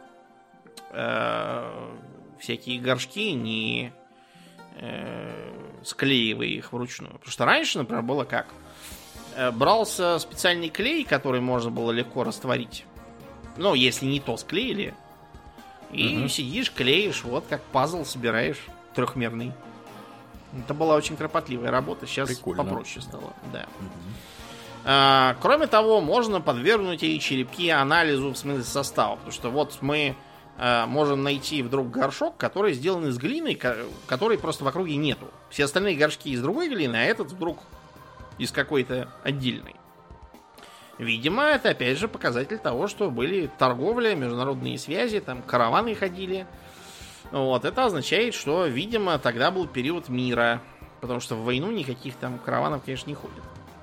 э, всякие горшки, не э, склеивая их вручную. Потому что раньше, например, было как? Брался специальный клей, который можно было легко растворить. Ну, если не то склеили. И угу. сидишь, клеишь, вот как пазл собираешь трехмерный. Это была очень кропотливая работа, сейчас Прикольно. Попроще стало. Да. Угу. А, кроме того, можно подвергнуть эти черепки анализу в смысле состава. Потому что вот мы а, можем найти вдруг горшок, который сделан из глины, который просто в округе нету. Все остальные горшки из другой глины, а этот вдруг из какой-то отдельной. Видимо, это опять же показатель того, что были торговля, международные связи, там караваны ходили. Вот, это означает, что, видимо, тогда был период мира. Потому что в войну никаких там караванов, конечно, не ходит.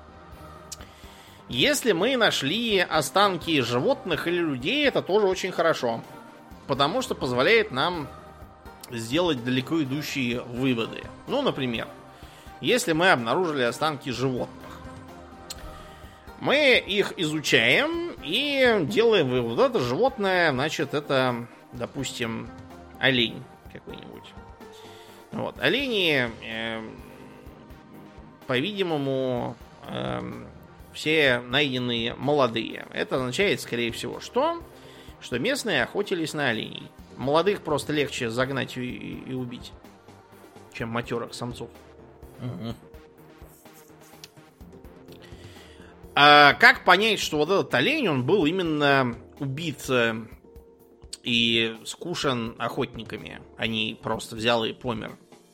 Если мы нашли останки животных или людей, это тоже очень хорошо. Потому что позволяет нам сделать далеко идущие выводы. Ну, например, если мы обнаружили останки животных. Мы их изучаем и делаем вывод. Это животное, значит, это, допустим, олень какой-нибудь. Вот. Олени, э, по-видимому, э, все найденные молодые. Это означает, скорее всего, что? Что местные охотились на оленей. Молодых просто легче загнать и, и убить, чем матерых самцов. Угу. А как понять, что вот этот олень, он был именно убит и скушан охотниками, а не просто взял и помер?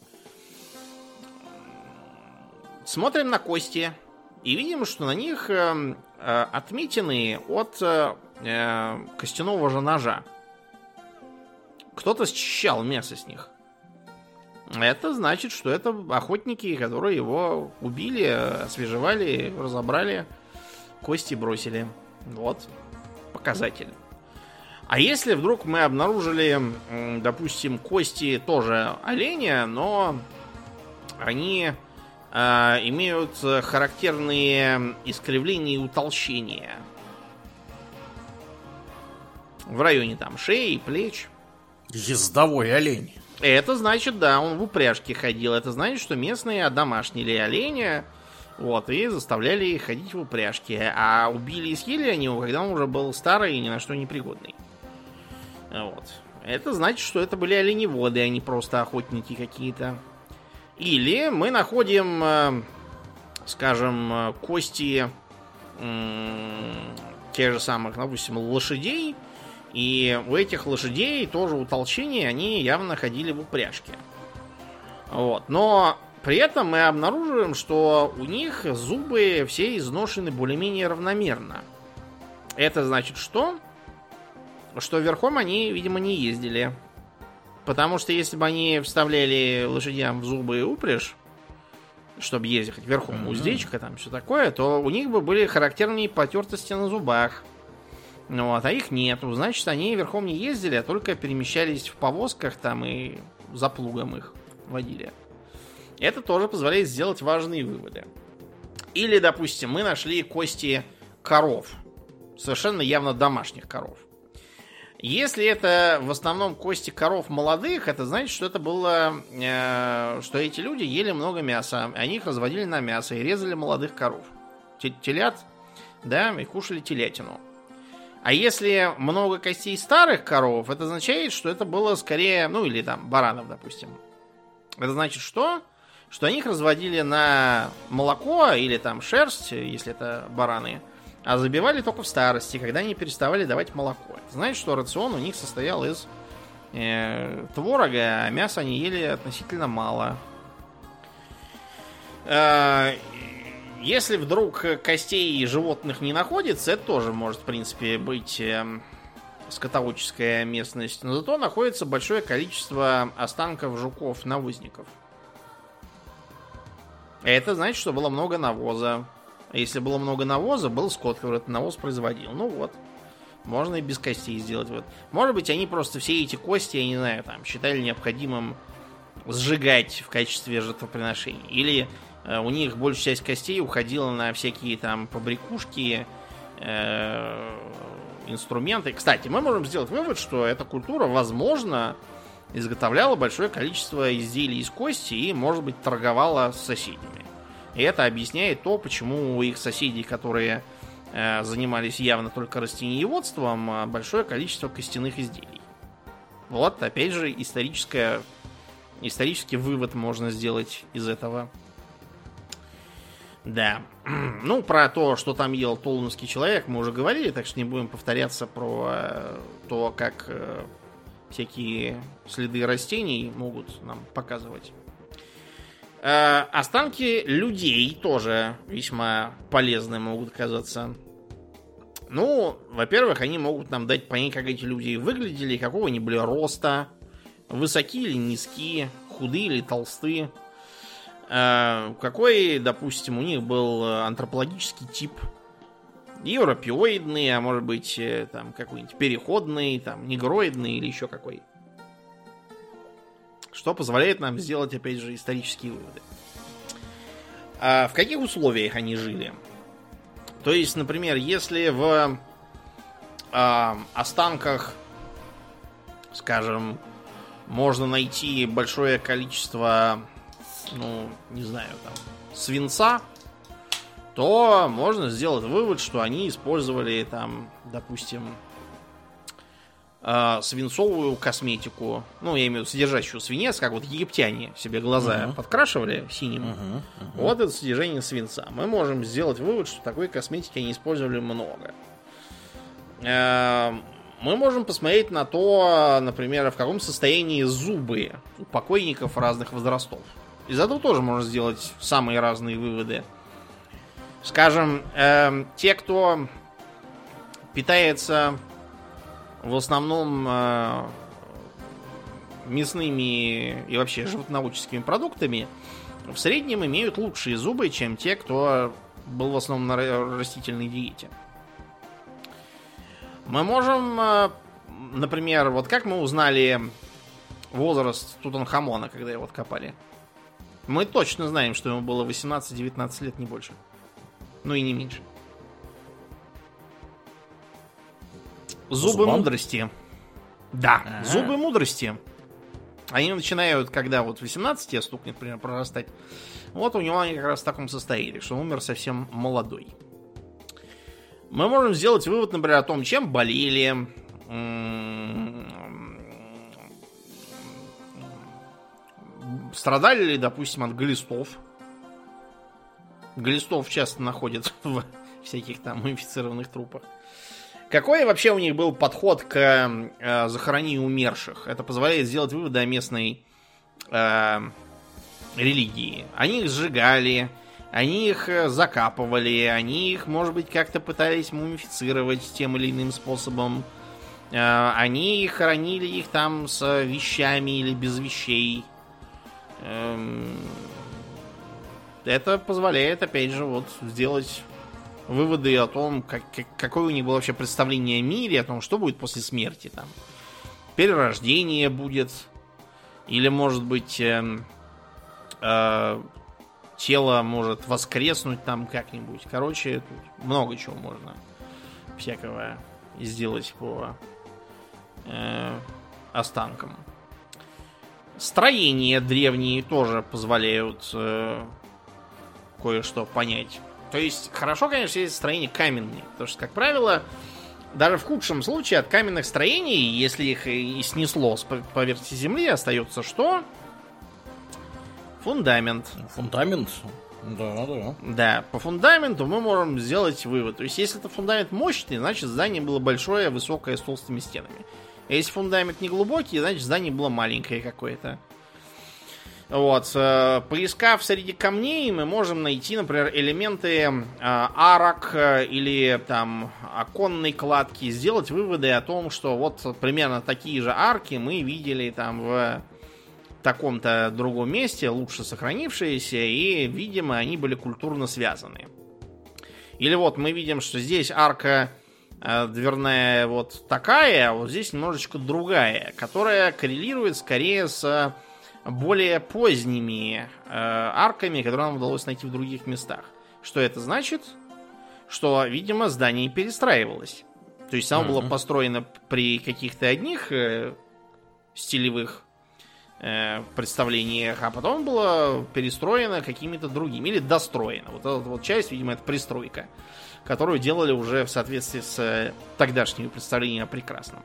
Смотрим на кости и видим, что на них отметины от костяного же ножа. Кто-то счищал мясо с них. Это значит, что это охотники, которые его убили, освежевали, разобрали, кости бросили. Вот. Показатель. А если вдруг мы обнаружили, допустим, кости тоже оленя, но они э, имеют характерные искривления и утолщения в районе там шеи, плеч. Ездовой олень. Это значит, да, он в упряжке ходил. Это значит, что местные одомашнили оленя, вот, и заставляли их ходить в упряжке. А убили и съели они его, когда он уже был старый и ни на что не пригодный. Вот. Это значит, что это были оленеводы, а не просто охотники какие-то. Или мы находим, скажем, кости тех же самых, допустим, лошадей. И у этих лошадей тоже утолщения, они явно ходили в упряжке. Вот. Но при этом мы обнаруживаем, что у них зубы все изношены более-менее равномерно. Это значит что? Что верхом они, видимо, не ездили. Потому что если бы они вставляли лошадям в зубы упряжь, чтобы ездить верхом, mm-hmm. уздечка, там все такое, то у них бы были характерные потертости на зубах. Ну, вот, а их нету. Значит, они верхом не ездили, а только перемещались в повозках там и за плугом их водили. Это тоже позволяет сделать важные выводы. Или, допустим, мы нашли кости коров. Совершенно явно домашних коров. Если это в основном кости коров молодых, это значит, что это было, э, что эти люди ели много мяса, они их разводили на мясо и резали молодых коров, телят, да, и кушали телятину. А если много костей старых коров, это означает, что это было скорее, ну или там баранов, допустим. Это значит что? Что они их разводили на молоко или там шерсть, если это бараны. А забивали только в старости, когда они переставали давать молоко. Это значит, что рацион у них состоял из э, творога, а мяса они ели относительно мало. Э, если вдруг костей животных не находится, это тоже может, в принципе, быть э, скотоводческая местность. Но зато находится большое количество останков жуков-навозников. Это значит, что было много навоза. А если было много навоза, был скот, который этот навоз производил. Ну вот. Можно и без костей сделать. Вот. Может быть, они просто все эти кости, я не знаю, там, считали необходимым сжигать в качестве жертвоприношений. Или э, у них большая часть костей уходила на всякие там побрякушки, э, инструменты. Кстати, мы можем сделать вывод, что эта культура, возможно, изготовляла большое количество изделий из кости и, может быть, торговала с соседями. И это объясняет то, почему у их соседей, которые э, занимались явно только растениеводством, большое количество костяных изделий. Вот, опять же, историческое, исторический вывод можно сделать из этого. Да. Ну, про то, что там ел толунский человек, мы уже говорили, так что не будем повторяться про э, то, как э, всякие следы растений могут нам показывать. Э, останки людей тоже весьма полезны могут оказаться. Ну, во-первых, они могут нам дать понять, как эти люди выглядели, какого они были роста, высоки или низки, худые или толстые, э, какой, допустим, у них был антропологический тип. Европеоидный, а может быть, там какой-нибудь переходный, там, негроидный или еще какой. Что позволяет нам сделать, опять же, исторические выводы. А в каких условиях они жили? То есть, например, если в э, останках, скажем, можно найти большое количество, ну, не знаю, там, свинца, то можно сделать вывод, что они использовали там, допустим, э, свинцовую косметику. Ну, я имею в виду содержащую свинец, как вот египтяне себе глаза uh-huh. подкрашивали синим. Uh-huh. Uh-huh. Вот это содержание свинца. Мы можем сделать вывод, что такой косметики они использовали много. Э, мы можем посмотреть на то, например, в каком состоянии зубы у покойников разных возрастов. Из этого тоже можно сделать самые разные выводы. Скажем, э, те, кто питается в основном э, мясными и вообще животноводческими продуктами, в среднем имеют лучшие зубы, чем те, кто был в основном на растительной диете. Мы можем, э, например, вот как мы узнали возраст Тутанхамона, когда его откопали? Мы точно знаем, что ему было восемнадцать-девятнадцать лет, не больше. Ну и не меньше. Зубы Зубам? мудрости. Да, А-а-а. зубы мудрости. Они начинают, когда вот восемнадцать лет стукнет, например, прорастать. Вот у него они как раз в таком состоянии, что он умер совсем молодой. Мы можем сделать вывод, например, о том, чем болели. Страдали ли, допустим, от глистов. Глистов часто находят в всяких там мумифицированных трупах. Какой вообще у них был подход к э, захоронению умерших? Это позволяет сделать выводы о местной э, религии. Они их сжигали, они их закапывали, они их, может быть, как-то пытались мумифицировать тем или иным способом. Они хоронили их там с вещами или без вещей. Это позволяет, опять же, вот сделать выводы о том, как, как, какое у них было вообще представление о мире, о том, что будет после смерти. Там перерождение будет, или, может быть, э, э, тело может воскреснуть там как-нибудь. Короче, тут много чего можно всякого сделать по э, останкам. Строения древние тоже позволяют э, кое-что понять. То есть, хорошо, конечно, есть строения каменные, потому что, как правило, даже в худшем случае от каменных строений, если их и снесло с поверхности земли, остается что? Фундамент. Фундамент? Да, да. Да, по фундаменту мы можем сделать вывод. То есть, если это фундамент мощный, значит, здание было большое, высокое, с толстыми стенами. А если фундамент не глубокий, значит, здание было маленькое какое-то. Вот. Поискав среди камней, мы можем найти, например, элементы арок или там оконной кладки, сделать выводы о том, что вот примерно такие же арки мы видели там в таком-то другом месте, лучше сохранившиеся, и, видимо, они были культурно связаны. Или вот мы видим, что здесь арка дверная вот такая, а вот здесь немножечко другая, которая коррелирует скорее с более поздними э, арками, которые нам удалось найти в других местах. Что это значит? Что, видимо, здание перестраивалось. То есть оно uh-huh. было построено при каких-то одних э, стилевых э, представлениях, а потом было перестроено какими-то другими. Или достроено. Вот эта вот часть, видимо, это пристройка, которую делали уже в соответствии с э, тогдашними представлениями о прекрасном.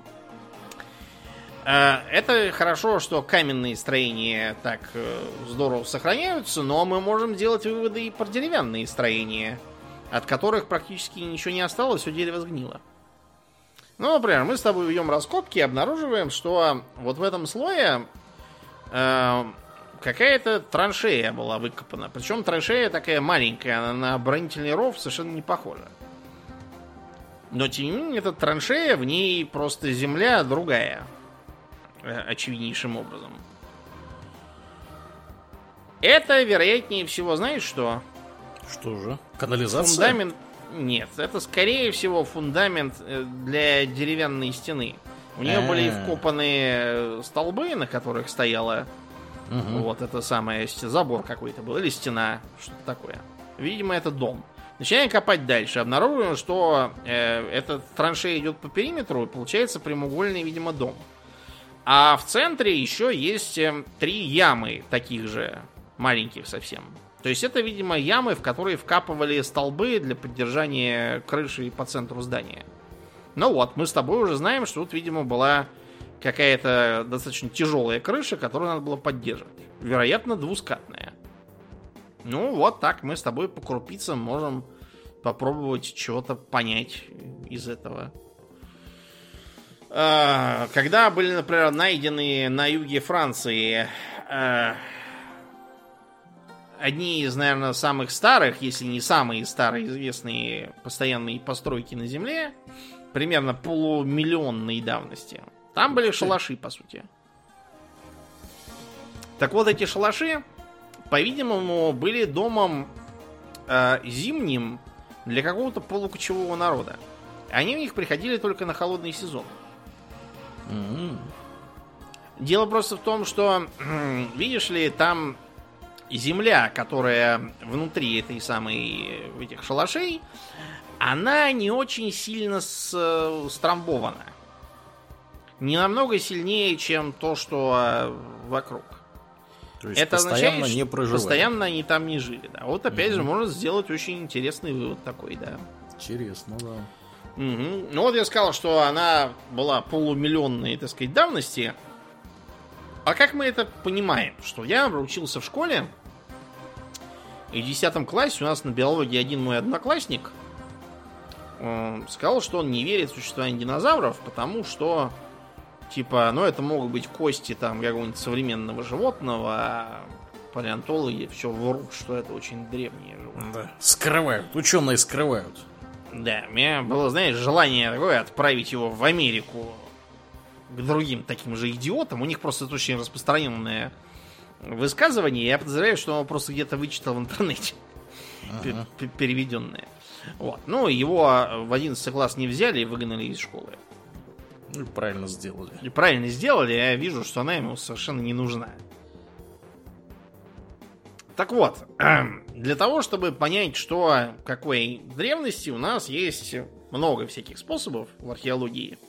Это хорошо, что каменные строения так здорово сохраняются, но мы можем делать выводы и про деревянные строения, от которых практически ничего не осталось, все дерево сгнило. Ну, например, мы с тобой ведем раскопки и обнаруживаем, что вот в этом слое э, какая-то траншея была выкопана. Причем траншея такая маленькая, она на оборонительный ров совершенно не похожа. Но тем не менее, эта траншея, в ней просто земля другая. Очевиднейшим образом. Это, вероятнее всего, знаешь что? Что же? Канализация? Фундамент... Нет, это, скорее всего, фундамент для деревянной стены. У нее А-а-а. были вкопаны столбы, на которых стояла угу. вот это самое забор какой-то был, или стена, что-то такое. Видимо, это дом. Начинаем копать дальше. Обнаруживаем, что э, эта траншея идет по периметру, и получается прямоугольный, видимо, дом. А в центре еще есть три ямы, таких же, маленьких совсем. То есть это, видимо, ямы, в которые вкапывали столбы для поддержания крыши по центру здания. Ну вот, мы с тобой уже знаем, что тут, видимо, была какая-то достаточно тяжелая крыша, которую надо было поддерживать. Вероятно, двускатная. Ну вот так мы с тобой по крупицам можем попробовать чего-то понять из этого. Когда были, например, найдены на юге Франции э, одни из, наверное, самых старых, если не самые старые известные постоянные постройки на Земле, примерно полумиллионной давности, там были шалаши, по сути. Так вот, эти шалаши, по-видимому, были домом э, зимним для какого-то полукочевого народа. Они в них приходили только на холодный сезон. Mm-hmm. Дело просто в том, что, видишь ли, там земля, которая внутри этой самой этих шалашей, она не очень сильно стромбована. Не намного сильнее, чем то, что вокруг. То есть это постоянно означает, не проживали. Постоянно они там не жили. Да. Вот опять mm-hmm. же можно сделать очень интересный вывод такой, да. Интересно, да. Угу. Ну вот я сказал, что она была полумиллионной, так сказать, давности. А как мы это понимаем? Что я учился в школе, и в десятом классе у нас на биологии один мой одноклассник э, сказал, что он не верит в существование динозавров, потому что, типа, ну это могут быть кости там какого-нибудь современного животного, палеонтологи все врут, что это очень древние животные. Да. Скрывают. Ученые скрывают. Да, у меня было, знаешь, желание такое отправить его в Америку к другим таким же идиотам. У них просто это очень распространенное высказывание. Я подозреваю, что он просто где-то вычитал в интернете. Ага. Переведенное. Вот. Ну, его в одиннадцатый класс не взяли и выгнали из школы. И правильно сделали. И правильно сделали, я вижу, что она ему совершенно не нужна. Так вот, для того, чтобы понять, что какой древности, у нас есть много всяких способов в археологии.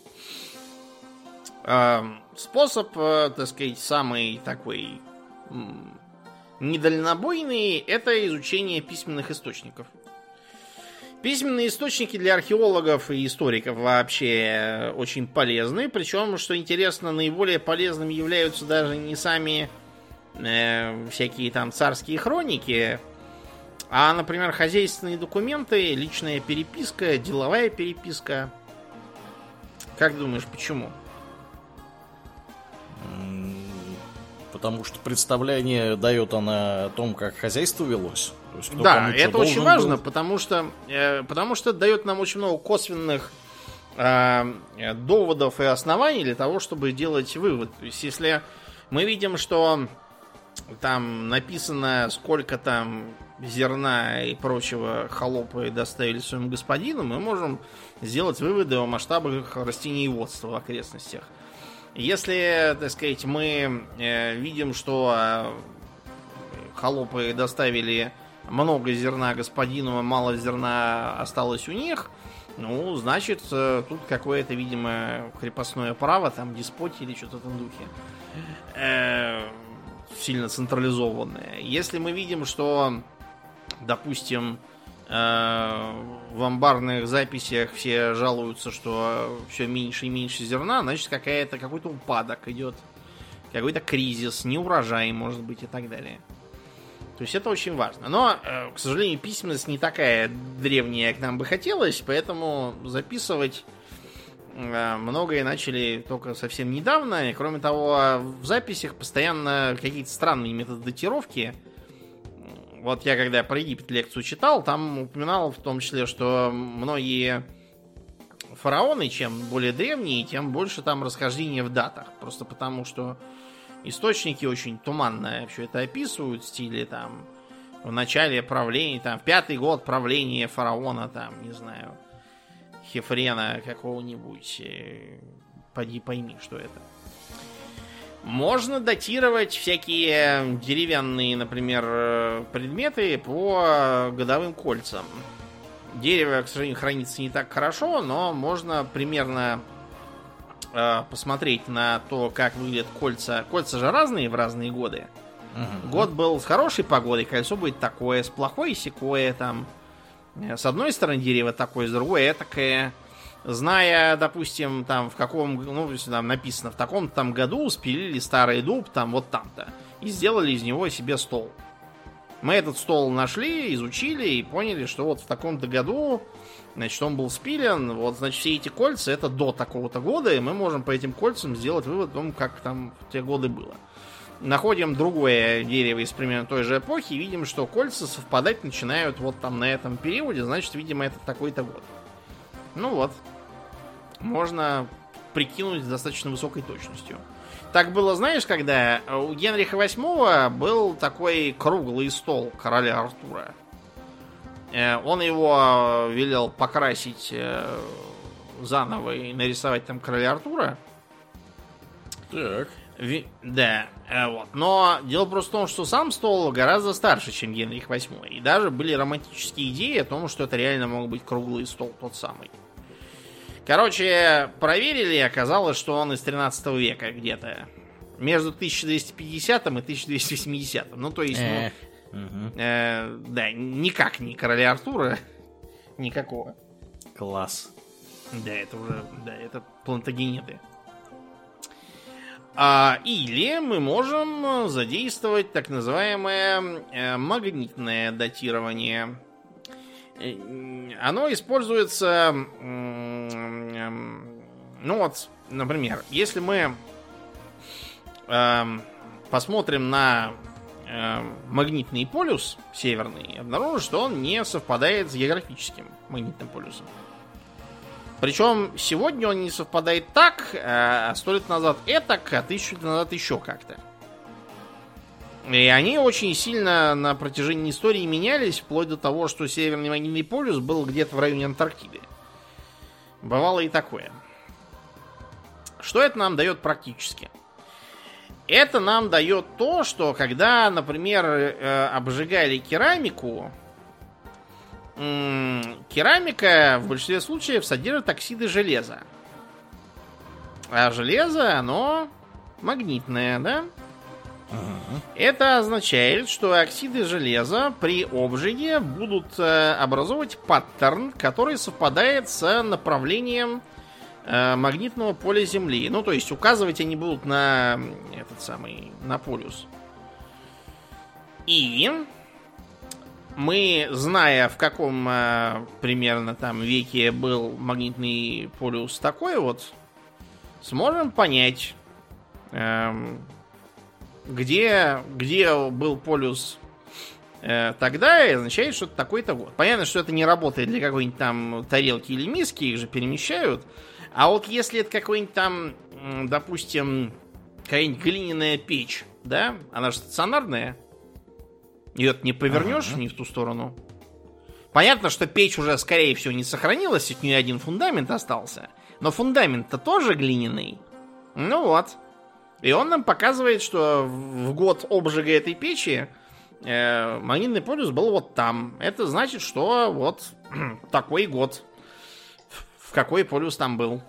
Способ, так сказать, самый такой недальнобойный, это изучение письменных источников. Письменные источники для археологов и историков вообще очень полезны. Причем, что интересно, наиболее полезными являются даже не сами э, всякие там царские хроники, а, например, хозяйственные документы, личная переписка, деловая переписка. Как думаешь, почему? Потому что представление дает она о том, как хозяйство велось. То есть, да, это очень важно, был. потому что, э, потому что это дает нам очень много косвенных э, доводов и оснований для того, чтобы делать вывод. То есть, если мы видим, что там написано, сколько там зерна и прочего холопы доставили своему господину, мы можем сделать выводы о масштабах растениеводства в окрестностях. Если, так сказать, мы э, видим, что э, холопы доставили много зерна господину, а мало зерна осталось у них, ну, значит, э, тут какое-то, видимо, крепостное право, там, деспотия или что-то в этом духе, э, сильно централизованное. Если мы видим, что, допустим, в амбарных записях все жалуются, что все меньше и меньше зерна, значит, какая-то, какой-то упадок идет, какой-то кризис, неурожай, может быть, и так далее. То есть это очень важно. Но, к сожалению, письменность не такая древняя, как нам бы хотелось, поэтому записывать многое начали только совсем недавно. И, кроме того, в записях постоянно какие-то странные методы датировки. Вот я когда про Египет лекцию читал, там упоминал в том числе, что многие фараоны, чем более древние, тем больше там расхождения в датах. Просто потому, что источники очень туманно все это описывают в стиле там в начале правления, там в пятый год правления фараона, там, не знаю, Хефрена какого-нибудь. Поди пойми, что это. Можно датировать всякие деревянные, например, предметы по годовым кольцам. Дерево, к сожалению, хранится не так хорошо, но можно примерно э, посмотреть на то, как выглядят кольца. Кольца же разные в разные годы. Uh-huh. Год был с хорошей погодой, кольцо будет такое, с плохой сякое там. С одной стороны дерево такое, с другой этакое. Зная, допустим, там в каком, ну, там написано, в таком-то там году спилили старый дуб, там вот там-то, и сделали из него себе стол. Мы этот стол нашли, изучили и поняли, что вот в таком-то году, значит, он был спилен, вот, значит, все эти кольца, это до такого-то года, и мы можем по этим кольцам сделать вывод о том, как там в те годы было. Находим другое дерево из примерно той же эпохи и видим, что кольца совпадать начинают вот там на этом периоде, значит, видимо, это такой-то год. Ну вот. Можно прикинуть с достаточно высокой точностью. Так было, знаешь, когда у Генриха восьмого был такой круглый стол короля Артура. Он его велел покрасить заново и нарисовать там короля Артура. Так. Ви... Да, вот. Но дело просто в том, что сам стол гораздо старше, чем Генрих восьмой. И даже были романтические идеи о том, что это реально мог быть круглый стол, тот самый. Короче, проверили, и оказалось, что он из тринадцатого века где-то. Между тысяча двести пятидесятым и тысяча двести восьмидесятым. Ну, то есть, ну, угу. э, да, никак не короля Артура. Никакого. Класс. Да, это уже, да, это плантагенеты. А, или мы можем задействовать так называемое э, магнитное датирование. Оно используется, ну вот, например, если мы э, посмотрим на э, магнитный полюс северный, обнаружил, что он не совпадает с географическим магнитным полюсом. Причем сегодня он не совпадает так, а сто лет назад этак, а тысячу лет назад еще как-то. И они очень сильно на протяжении истории менялись, вплоть до того, что Северный магнитный полюс был где-то в районе Антарктиды. Бывало и такое. Что это нам дает практически? Это нам дает то, что когда, например, обжигали керамику, керамика в большинстве случаев содержит оксиды железа. А железо, оно магнитное, да? Uh-huh. Это означает, что оксиды железа при обжиге будут образовывать паттерн, который совпадает с направлением магнитного поля Земли. Ну, то есть указывать они будут на этот самый, на полюс. И мы, зная, в каком а, примерно там веке был магнитный полюс такой вот, сможем понять, эм, где, где был полюс э, тогда, и означает, что это такой-то год. Понятно, что это не работает для какой-нибудь там тарелки или миски, их же перемещают. А вот если это какой-нибудь там, допустим, какая-нибудь глиняная печь, да, она же стационарная, ее не повернешь ага. ни в ту сторону. Понятно, что печь уже, скорее всего, не сохранилась, от нее один фундамент остался. Но фундамент-то тоже глиняный. Ну вот. И он нам показывает, что в год обжига этой печи э, магнитный полюс был вот там. Это значит, что вот такой год. В какой полюс там был.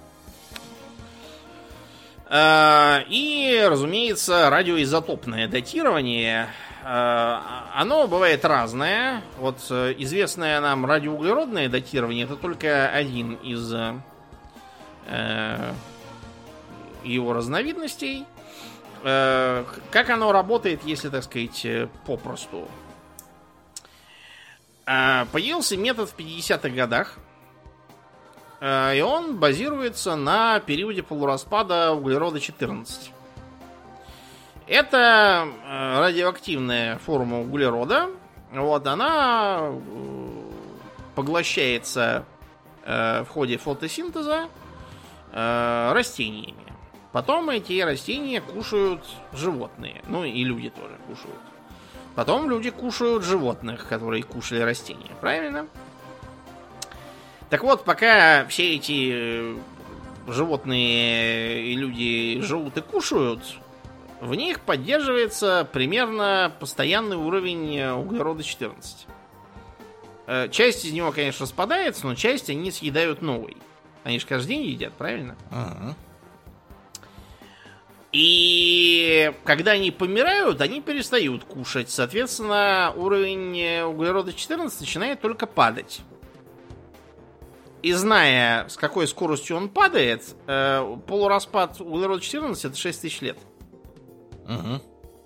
Э, и, разумеется, радиоизотопное датирование. Оно бывает разное. Вот известное нам радиоуглеродное датирование — это только один из э, его разновидностей. Э, как оно работает, если, так сказать, попросту? Э, появился метод в пятидесятых годах, э, и он базируется на периоде полураспада углерода четырнадцать. Это радиоактивная форма углерода. Вот, она поглощается э, в ходе фотосинтеза э, растениями. Потом эти растения кушают животные. Ну и люди тоже кушают. Потом люди кушают животных, которые кушали растения. Правильно? Так вот, пока все эти животные и люди живут и кушают, в них поддерживается примерно постоянный уровень углерода четырнадцать. Часть из него, конечно, распадается, но часть они съедают новый. Они же каждый день едят, правильно? Ага. И когда они помирают, они перестают кушать. Соответственно, уровень углерода четырнадцать начинает только падать. И зная, с какой скоростью он падает, полураспад углерода четырнадцать — это шесть тысяч лет. Угу.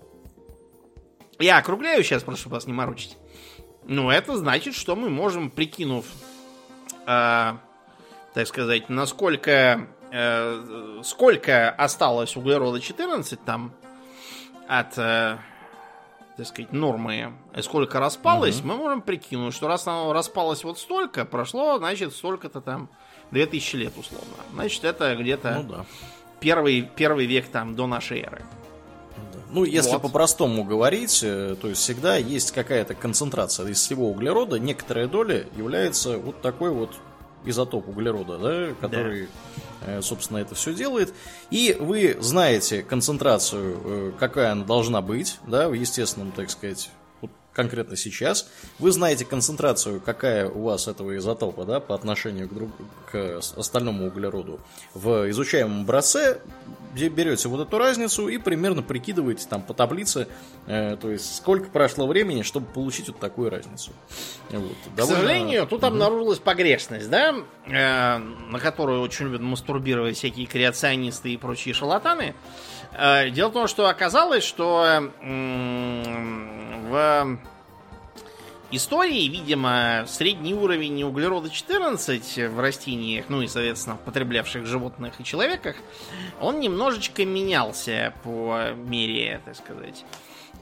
Я округляю сейчас, прошу вас не морочить. Ну, это значит, что мы можем, прикинув, э, так сказать, насколько, э, сколько осталось углерода четырнадцать там от, э, так сказать, нормы, и сколько распалось, угу. мы можем прикинуть, что раз оно распалось вот столько, прошло, значит, столько-то там две тысячи лет условно. Значит, это где-то ну, да. первый, первый век там до нашей эры. Ну, если вот. по-простому говорить, то есть всегда есть какая-то концентрация из всего углерода, некоторая доля является вот такой вот изотоп углерода, да, который, да. собственно, это все делает. И вы знаете концентрацию, какая она должна быть, да, в естественном, так сказать, вот конкретно сейчас. Вы знаете концентрацию, какая у вас этого изотопа, да, по отношению к, друг... к остальному углероду в изучаемом образце. Где берете вот эту разницу и примерно прикидываете там по таблице, э, то есть сколько прошло времени, чтобы получить вот такую разницу. Вот. К довольно... сожалению, тут угу. обнаружилась погрешность, да, э, на которую очень любят мастурбировать всякие креационисты и прочие шарлатаны. Э, дело в том, что оказалось, что э, в истории, видимо, средний уровень углерода четырнадцать в растениях, ну и, соответственно, в потреблявших животных и человеках, он немножечко менялся по мере, так сказать,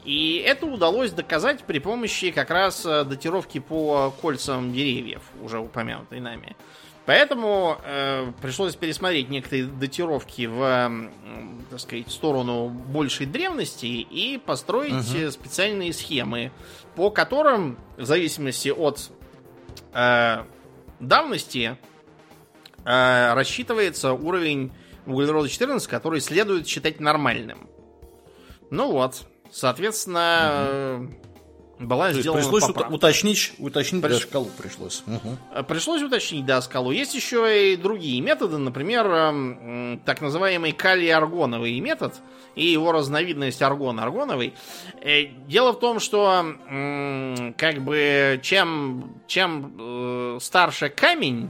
И это удалось доказать при помощи как раз датировки по кольцам деревьев, уже упомянутой нами. Поэтому э, пришлось пересмотреть некоторые датировки в, э, так сказать, сторону большей древности и построить uh-huh. специальные схемы, по которым, в зависимости от э, давности, э, рассчитывается уровень углерода четырнадцать, который следует считать нормальным. Ну вот, соответственно... Uh-huh. Была сделана пришлось поправка. уточнить, уточнить Приш... да, скалу пришлось. Угу. Пришлось уточнить, да, скалу. Есть еще и другие методы, например, так называемый калий-аргоновый метод и его разновидность аргон-аргоновый. Дело в том, что как бы чем, чем старше камень,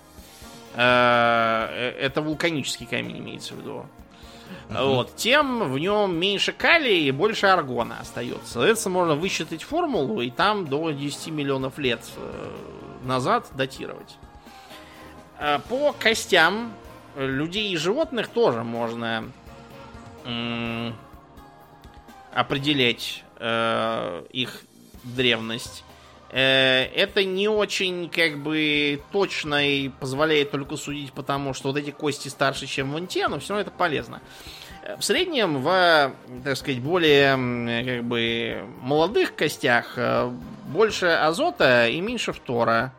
это вулканический камень имеется в виду, Uh-huh. вот, тем в нем меньше калия и больше аргона остается. Соответственно, можно высчитать формулу и там до десять миллионов лет назад датировать. По костям людей и животных тоже можно м- определять э- их древность. Это не очень, как бы, точно и позволяет только судить, потому что вот эти кости старше, чем вон те, но все равно это полезно. В среднем в, так сказать, более, как бы, молодых костях больше азота и меньше фтора.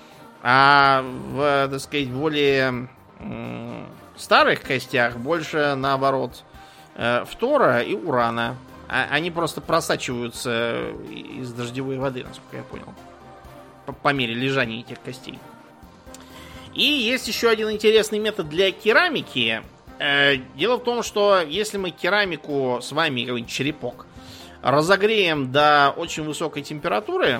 А в, так сказать, более старых костях больше, наоборот, фтора и урана. Они просто просачиваются из дождевой воды, насколько я понял. По, по мере лежания этих костей. И есть еще один интересный метод для керамики. Дело в том, что если мы керамику с вами, какой-нибудь черепок, разогреем до очень высокой температуры,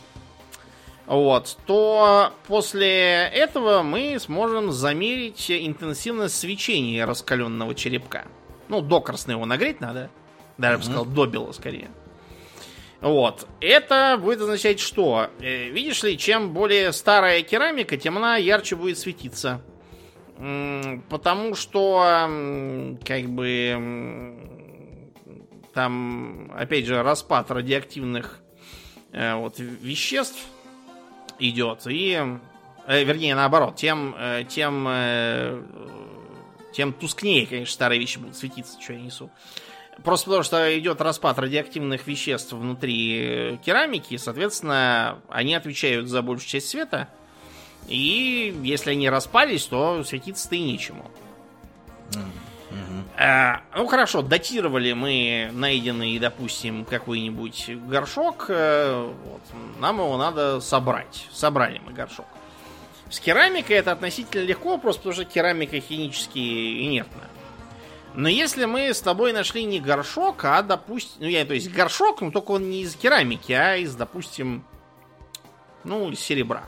вот, то после этого мы сможем замерить интенсивность свечения раскаленного черепка. Ну, докрасно его нагреть надо. Даже, я бы сказал, добело скорее. Вот. Это будет означать, что, э, видишь ли, чем более старая керамика, тем она ярче будет светиться. М-м, потому что, м- как бы, м- там, опять же, распад радиоактивных э, вот, веществ идет. И, э, вернее, наоборот, тем, э, тем, э, тем тускнее, конечно, старые вещи будут светиться, что я несу. Просто потому, что идет распад радиоактивных веществ внутри керамики, соответственно, они отвечают за большую часть света. И если они распались, то светиться-то и нечему. Mm-hmm. А, ну хорошо, датировали мы найденный, допустим, какой-нибудь горшок. Вот, нам его надо собрать. Собрали мы горшок. С керамикой это относительно легко, просто потому что керамика химически инертна. Но если мы с тобой нашли не горшок, а, допустим... Ну, я, то есть, горшок, но только он не из керамики, а из, допустим, ну, из серебра.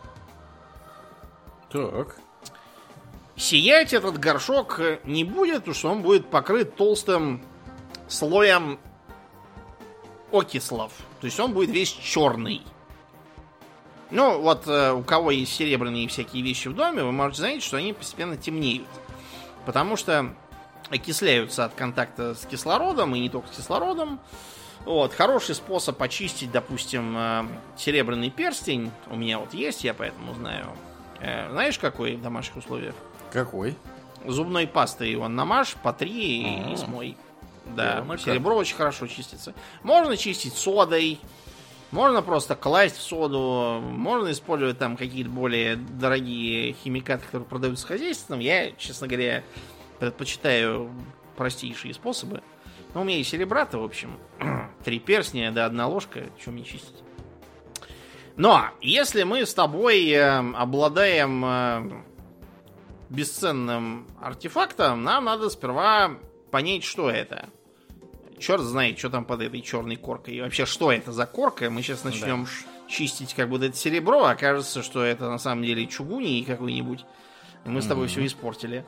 Так. Сиять этот горшок не будет, потому что он будет покрыт толстым слоем окислов. То есть, он будет весь черный. Ну, вот у кого есть серебряные всякие вещи в доме, вы можете заметить, что они постепенно темнеют. Потому что окисляются от контакта с кислородом, и не только с кислородом. Вот. Хороший способ очистить, допустим, серебряный перстень. У меня вот есть, я поэтому знаю. Знаешь, какой в домашних условиях? Какой? Зубной пастой его намажь, потри и, и смой. Да, Верно, серебро очень хорошо чистится. Можно чистить содой, можно просто класть в соду, можно использовать там какие-то более дорогие химикаты, которые продаются хозяйственным. Я, честно говоря, предпочитаю простейшие способы. Но у меня и серебра-то, в общем, три перстня, да одна ложка, что мне чистить. Но если мы с тобой э, обладаем э, бесценным артефактом, нам надо сперва понять, что это. Черт знает, что там под этой черной коркой. И вообще, что это за корка? Мы сейчас начнем да. чистить как бы это серебро, а окажется, что это на самом деле чугуний какой-нибудь. И мы с тобой mm-hmm. все испортили.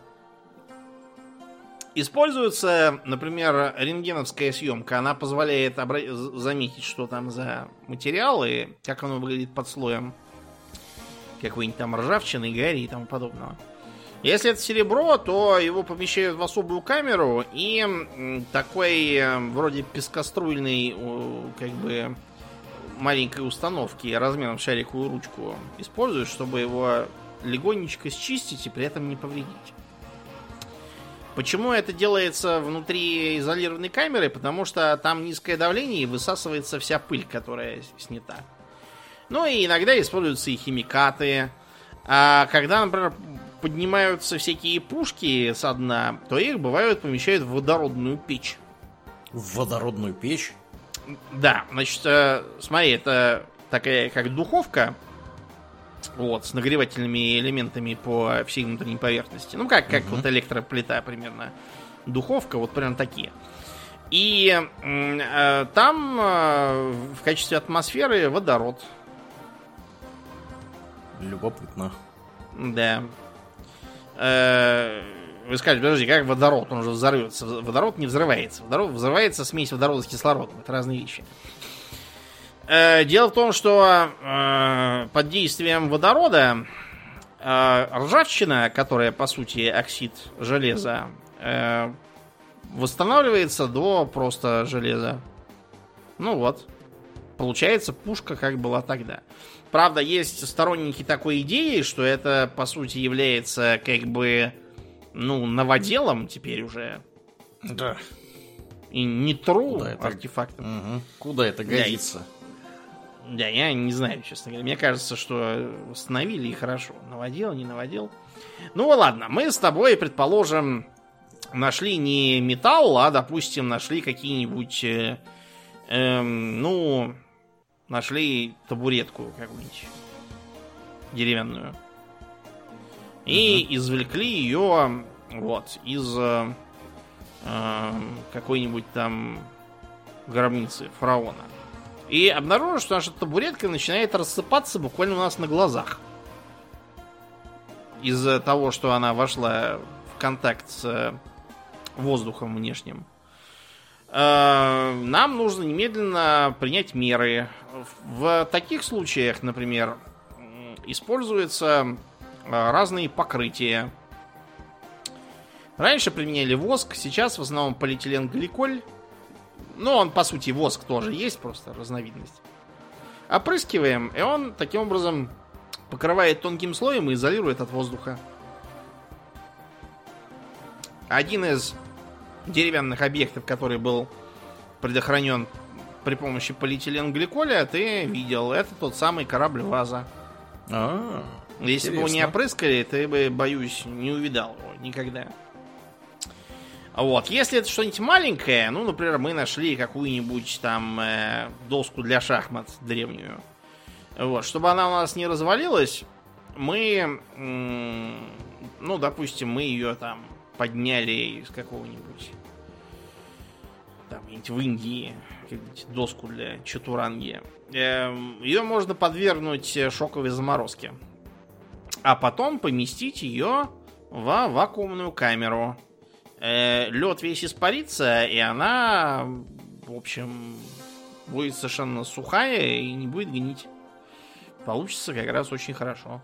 Используется, например, рентгеновская съемка. Она позволяет обра- заметить, что там за материалы, как оно выглядит под слоем какой-нибудь там ржавчины, гари и тому подобного. Если это серебро, то его помещают в особую камеру и такой вроде пескоструйной, как бы, маленькой установки размером с шариковую ручку используют, чтобы его легонечко счистить и при этом не повредить. Почему это делается внутри изолированной камеры? Потому что там низкое давление и высасывается вся пыль, которая снята. Ну и иногда используются и химикаты. А когда, например, поднимаются всякие пушки со дна, то их, бывают, помещают в водородную печь. В водородную печь? Да, значит, смотри, это такая как духовка, вот, с нагревательными элементами по всей внутренней поверхности. Ну, как, как угу. вот электроплита примерно. Духовка, вот прям такие. И э, там э, в качестве атмосферы водород. Любопытно. Да. Э, вы скажете, подожди, как водород? Он уже взорвется. Водород не взрывается. Водород взрывается смесь водорода с кислородом. Это разные вещи. Э, дело в том, что э, под действием водорода э, ржавчина, которая по сути оксид железа, э, восстанавливается до просто железа. Ну вот. Получается пушка, как была тогда. Правда, есть сторонники такой идеи, что это, по сути, является как бы, ну, новоделом теперь уже. Да. И не true Куда это... артефактом. Угу. Куда это годится? Да, да, я не знаю, честно говоря. Мне кажется, что восстановили и хорошо. Новодел, не новодел. Ну, ладно. Мы с тобой, предположим, нашли не металл, а, допустим, нашли какие-нибудь, э, э, ну... Нашли табуретку какую-нибудь деревянную. И uh-huh. извлекли ее вот из э, какой-нибудь там гробницы фараона. И обнаружили, что наша табуретка начинает рассыпаться буквально у нас на глазах. Из-за того, что она вошла в контакт с воздухом внешним. Нам нужно немедленно принять меры. В таких случаях, например, используются разные покрытия. Раньше применяли воск, сейчас в основном полиэтиленгликоль. Ну, он, по сути, воск тоже есть, просто разновидность. Опрыскиваем, и он таким образом покрывает тонким слоем и изолирует от воздуха. Один из деревянных объектов, который был предохранен при помощи полиэтиленгликоля, ты видел. Это тот самый корабль-ваза. А, Если бы его не опрыскали, ты бы, боюсь, не увидал его никогда. Вот. Если это что-нибудь маленькое, ну, например, мы нашли какую-нибудь там э, доску для шахмат древнюю. Вот. Чтобы она у нас не развалилась, мы, м- ну, допустим, мы ее там подняли из какого-нибудь там в Индии доску для чатуранги. Ее можно подвергнуть шоковой заморозке, а потом поместить ее в вакуумную камеру. Лед весь испарится, и она, в общем, будет совершенно сухая и не будет гнить. Получится как раз очень хорошо.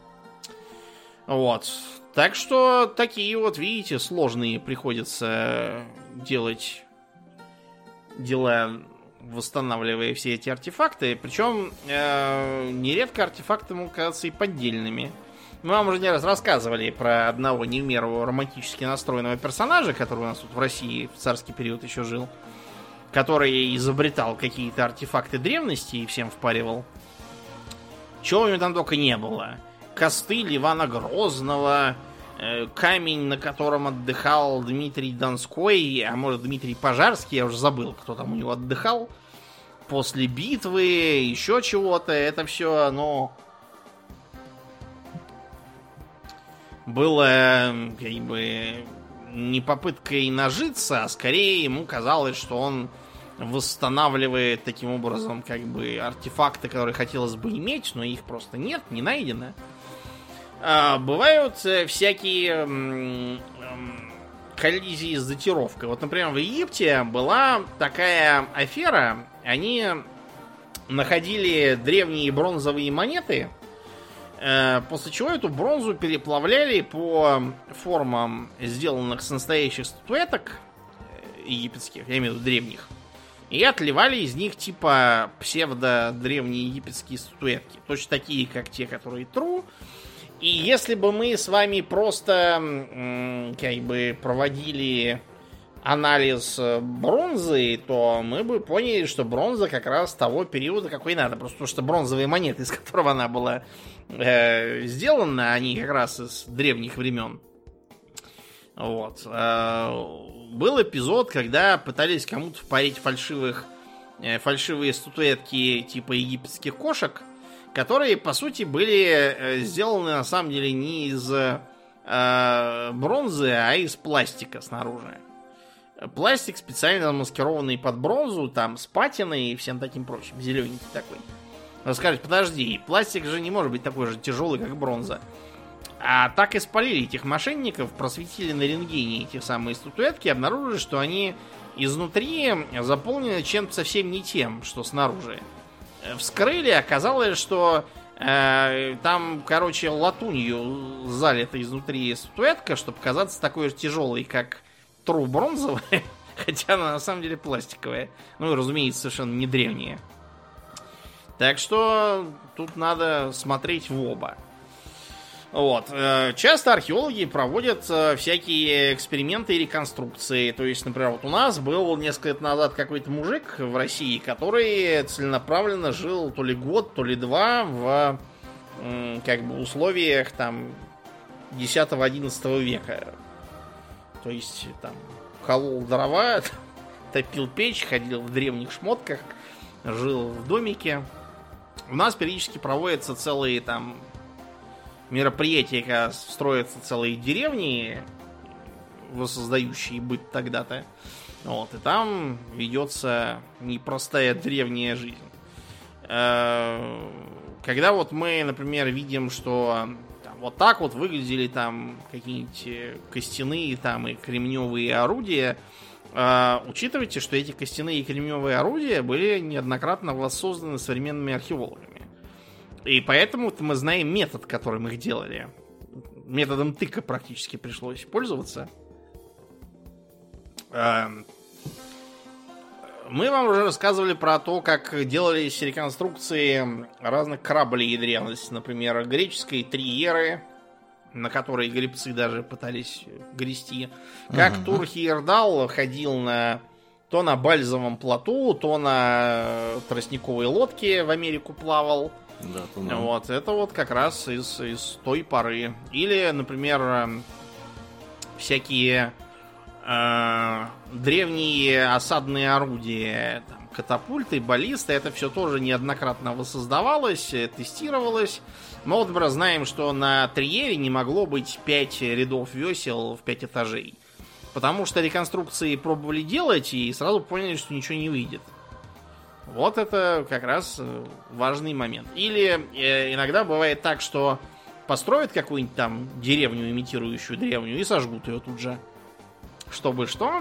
Вот. Так что такие вот, видите, сложные приходится делать дела, восстанавливая все эти артефакты. Причем э, нередко артефакты могут казаться и поддельными. Мы вам уже не раз рассказывали про одного не в меру романтически настроенного персонажа, который у нас тут в России в царский период еще жил, который изобретал какие-то артефакты древности и всем впаривал. Чего у него там только не было. Костыль Ивана Грозного, камень, на котором отдыхал Дмитрий Донской, а может Дмитрий Пожарский, я уже забыл, кто там у него отдыхал, после битвы, еще чего-то. Это все, оно было как бы не попыткой нажиться, а скорее ему казалось, что он восстанавливает таким образом как бы артефакты, которые хотелось бы иметь, но их просто нет, не найдено. А, бывают всякие м- м- коллизии с датировкой. Вот, например, в Египте была такая афера. Они находили древние бронзовые монеты, После чего эту бронзу переплавляли по формам, сделанных с настоящих статуэток египетских, я имею в виду древних, и отливали из них типа псевдо-древние египетские статуэтки. Точно такие, как те, которые тру. И если бы мы с вами просто как бы проводили анализ бронзы, то мы бы поняли, что бронза как раз того периода, какой надо. Просто потому что бронзовые монеты, из которого она была э, сделана, они как раз из древних времен. Вот. Был эпизод, когда пытались кому-то впарить фальшивых, э, фальшивые статуэтки типа египетских кошек, которые, по сути, были сделаны на самом деле не из э, бронзы, а из пластика снаружи. Пластик, специально замаскированный под бронзу, там, с патиной и всем таким прочим. Зелененький такой. Вы скажете, подожди, пластик же не может быть такой же тяжелый, как бронза. А так и спалили этих мошенников, просветили на рентгене эти самые статуэтки, обнаружили, что они изнутри заполнены чем-то совсем не тем, что снаружи. Вскрыли, оказалось, что э, там, короче, латунью залита изнутри статуэтка, чтобы казаться такой же тяжелой, как тру бронзовая, хотя она на самом деле пластиковая. Ну и, разумеется, совершенно не древняя. Так что тут надо смотреть в оба. Вот. Часто археологи проводят всякие эксперименты и реконструкции. То есть, например, вот у нас был несколько лет назад какой-то мужик в России, который целенаправленно жил то ли год, то ли два в как бы условиях там десятого-одиннадцатого века. То есть, там, колол дрова, топил печь, ходил в древних шмотках, жил в домике. У нас периодически проводятся целые там мероприятия, когда строятся целые деревни, воссоздающие быт тогда-то. Вот, и там ведется непростая древняя жизнь. Когда вот мы, например, видим, что там, вот так вот выглядели там какие-нибудь костяные там и кремневые орудия, учитывайте, что эти костяные и кремневые орудия были неоднократно воссозданы современными археологами. И поэтому мы знаем метод, которым их делали. Методом тыка практически пришлось пользоваться. Мы вам уже рассказывали про то, как делались реконструкции разных кораблей древности. Например, греческой триеры, на которой гребцы даже пытались грести. Как uh-huh. Тур-Хейердал ходил на то на бальзовом плоту, то на тростниковой лодке в Америку плавал. Да, вот, это вот как раз из, из той поры. Или, например, всякие э, древние осадные орудия, там, катапульты, баллисты, это все тоже неоднократно воссоздавалось, тестировалось. Мы вот, например, знаем, что на Триере не могло быть пять рядов весел в пять этажей. Потому что реконструкции пробовали делать и сразу поняли, что ничего не выйдет. Вот это как раз важный момент. Или э, иногда бывает так, что построят какую-нибудь там деревню, имитирующую древнюю, и сожгут ее тут же. Чтобы что?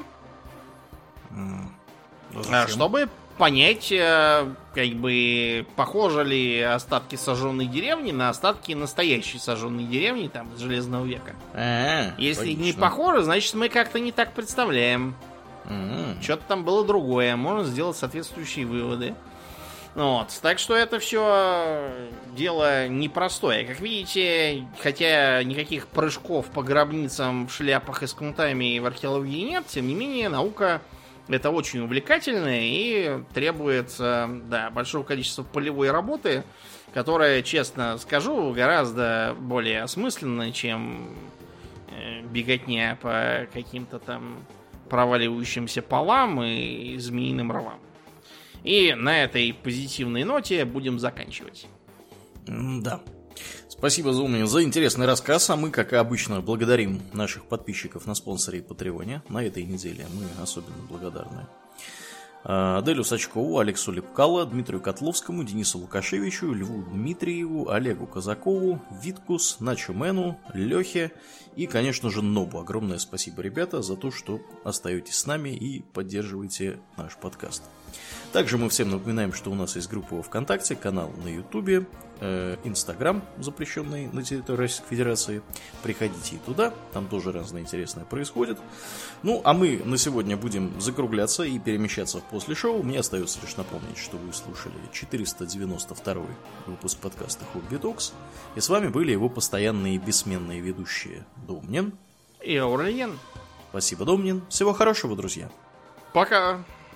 Mm. А, чтобы понять, э, как бы, похожи ли остатки сожженной деревни на остатки настоящей сожженной деревни там из Железного века. А-а-а, Если логично. не похоже, значит мы как-то не так представляем. Mm-hmm. Что-то там было другое. Можно сделать соответствующие выводы. Вот. Так что это все дело непростое. Как видите, хотя никаких прыжков по гробницам в шляпах и с кнутами в археологии нет, тем не менее, наука это очень увлекательная и требует да, большого количества полевой работы, которая, честно скажу, гораздо более осмысленна, чем беготня по каким-то там проваливающимся полам и змеиным рвам. И на этой позитивной ноте будем заканчивать. Да. Спасибо, Зумни, за интересный рассказ. А мы, как и обычно, благодарим наших подписчиков на спонсоре и Патреоне. На этой неделе мы особенно благодарны Аделю Сачкову, Алексу Лепкало, Дмитрию Котловскому, Денису Лукашевичу, Льву Дмитриеву, Олегу Казакову, Виткус, Начумену, Лехе и, конечно же, Нобу. Огромное спасибо, ребята, за то, что остаетесь с нами и поддерживаете наш подкаст. Также мы всем напоминаем, что у нас есть группа во ВКонтакте, канал на Ютубе, Инстаграм, запрещенный на территории Российской Федерации. Приходите и туда, там тоже разное интересное происходит. Ну, а мы на сегодня будем закругляться и перемещаться в после шоу. Мне остается лишь напомнить, что вы слушали четыреста девяносто второй выпуск подкаста Хобби Токс. И с вами были его постоянные и бессменные ведущие Домнин и Аурлиен. Спасибо, Домнин. Всего хорошего, друзья. Пока.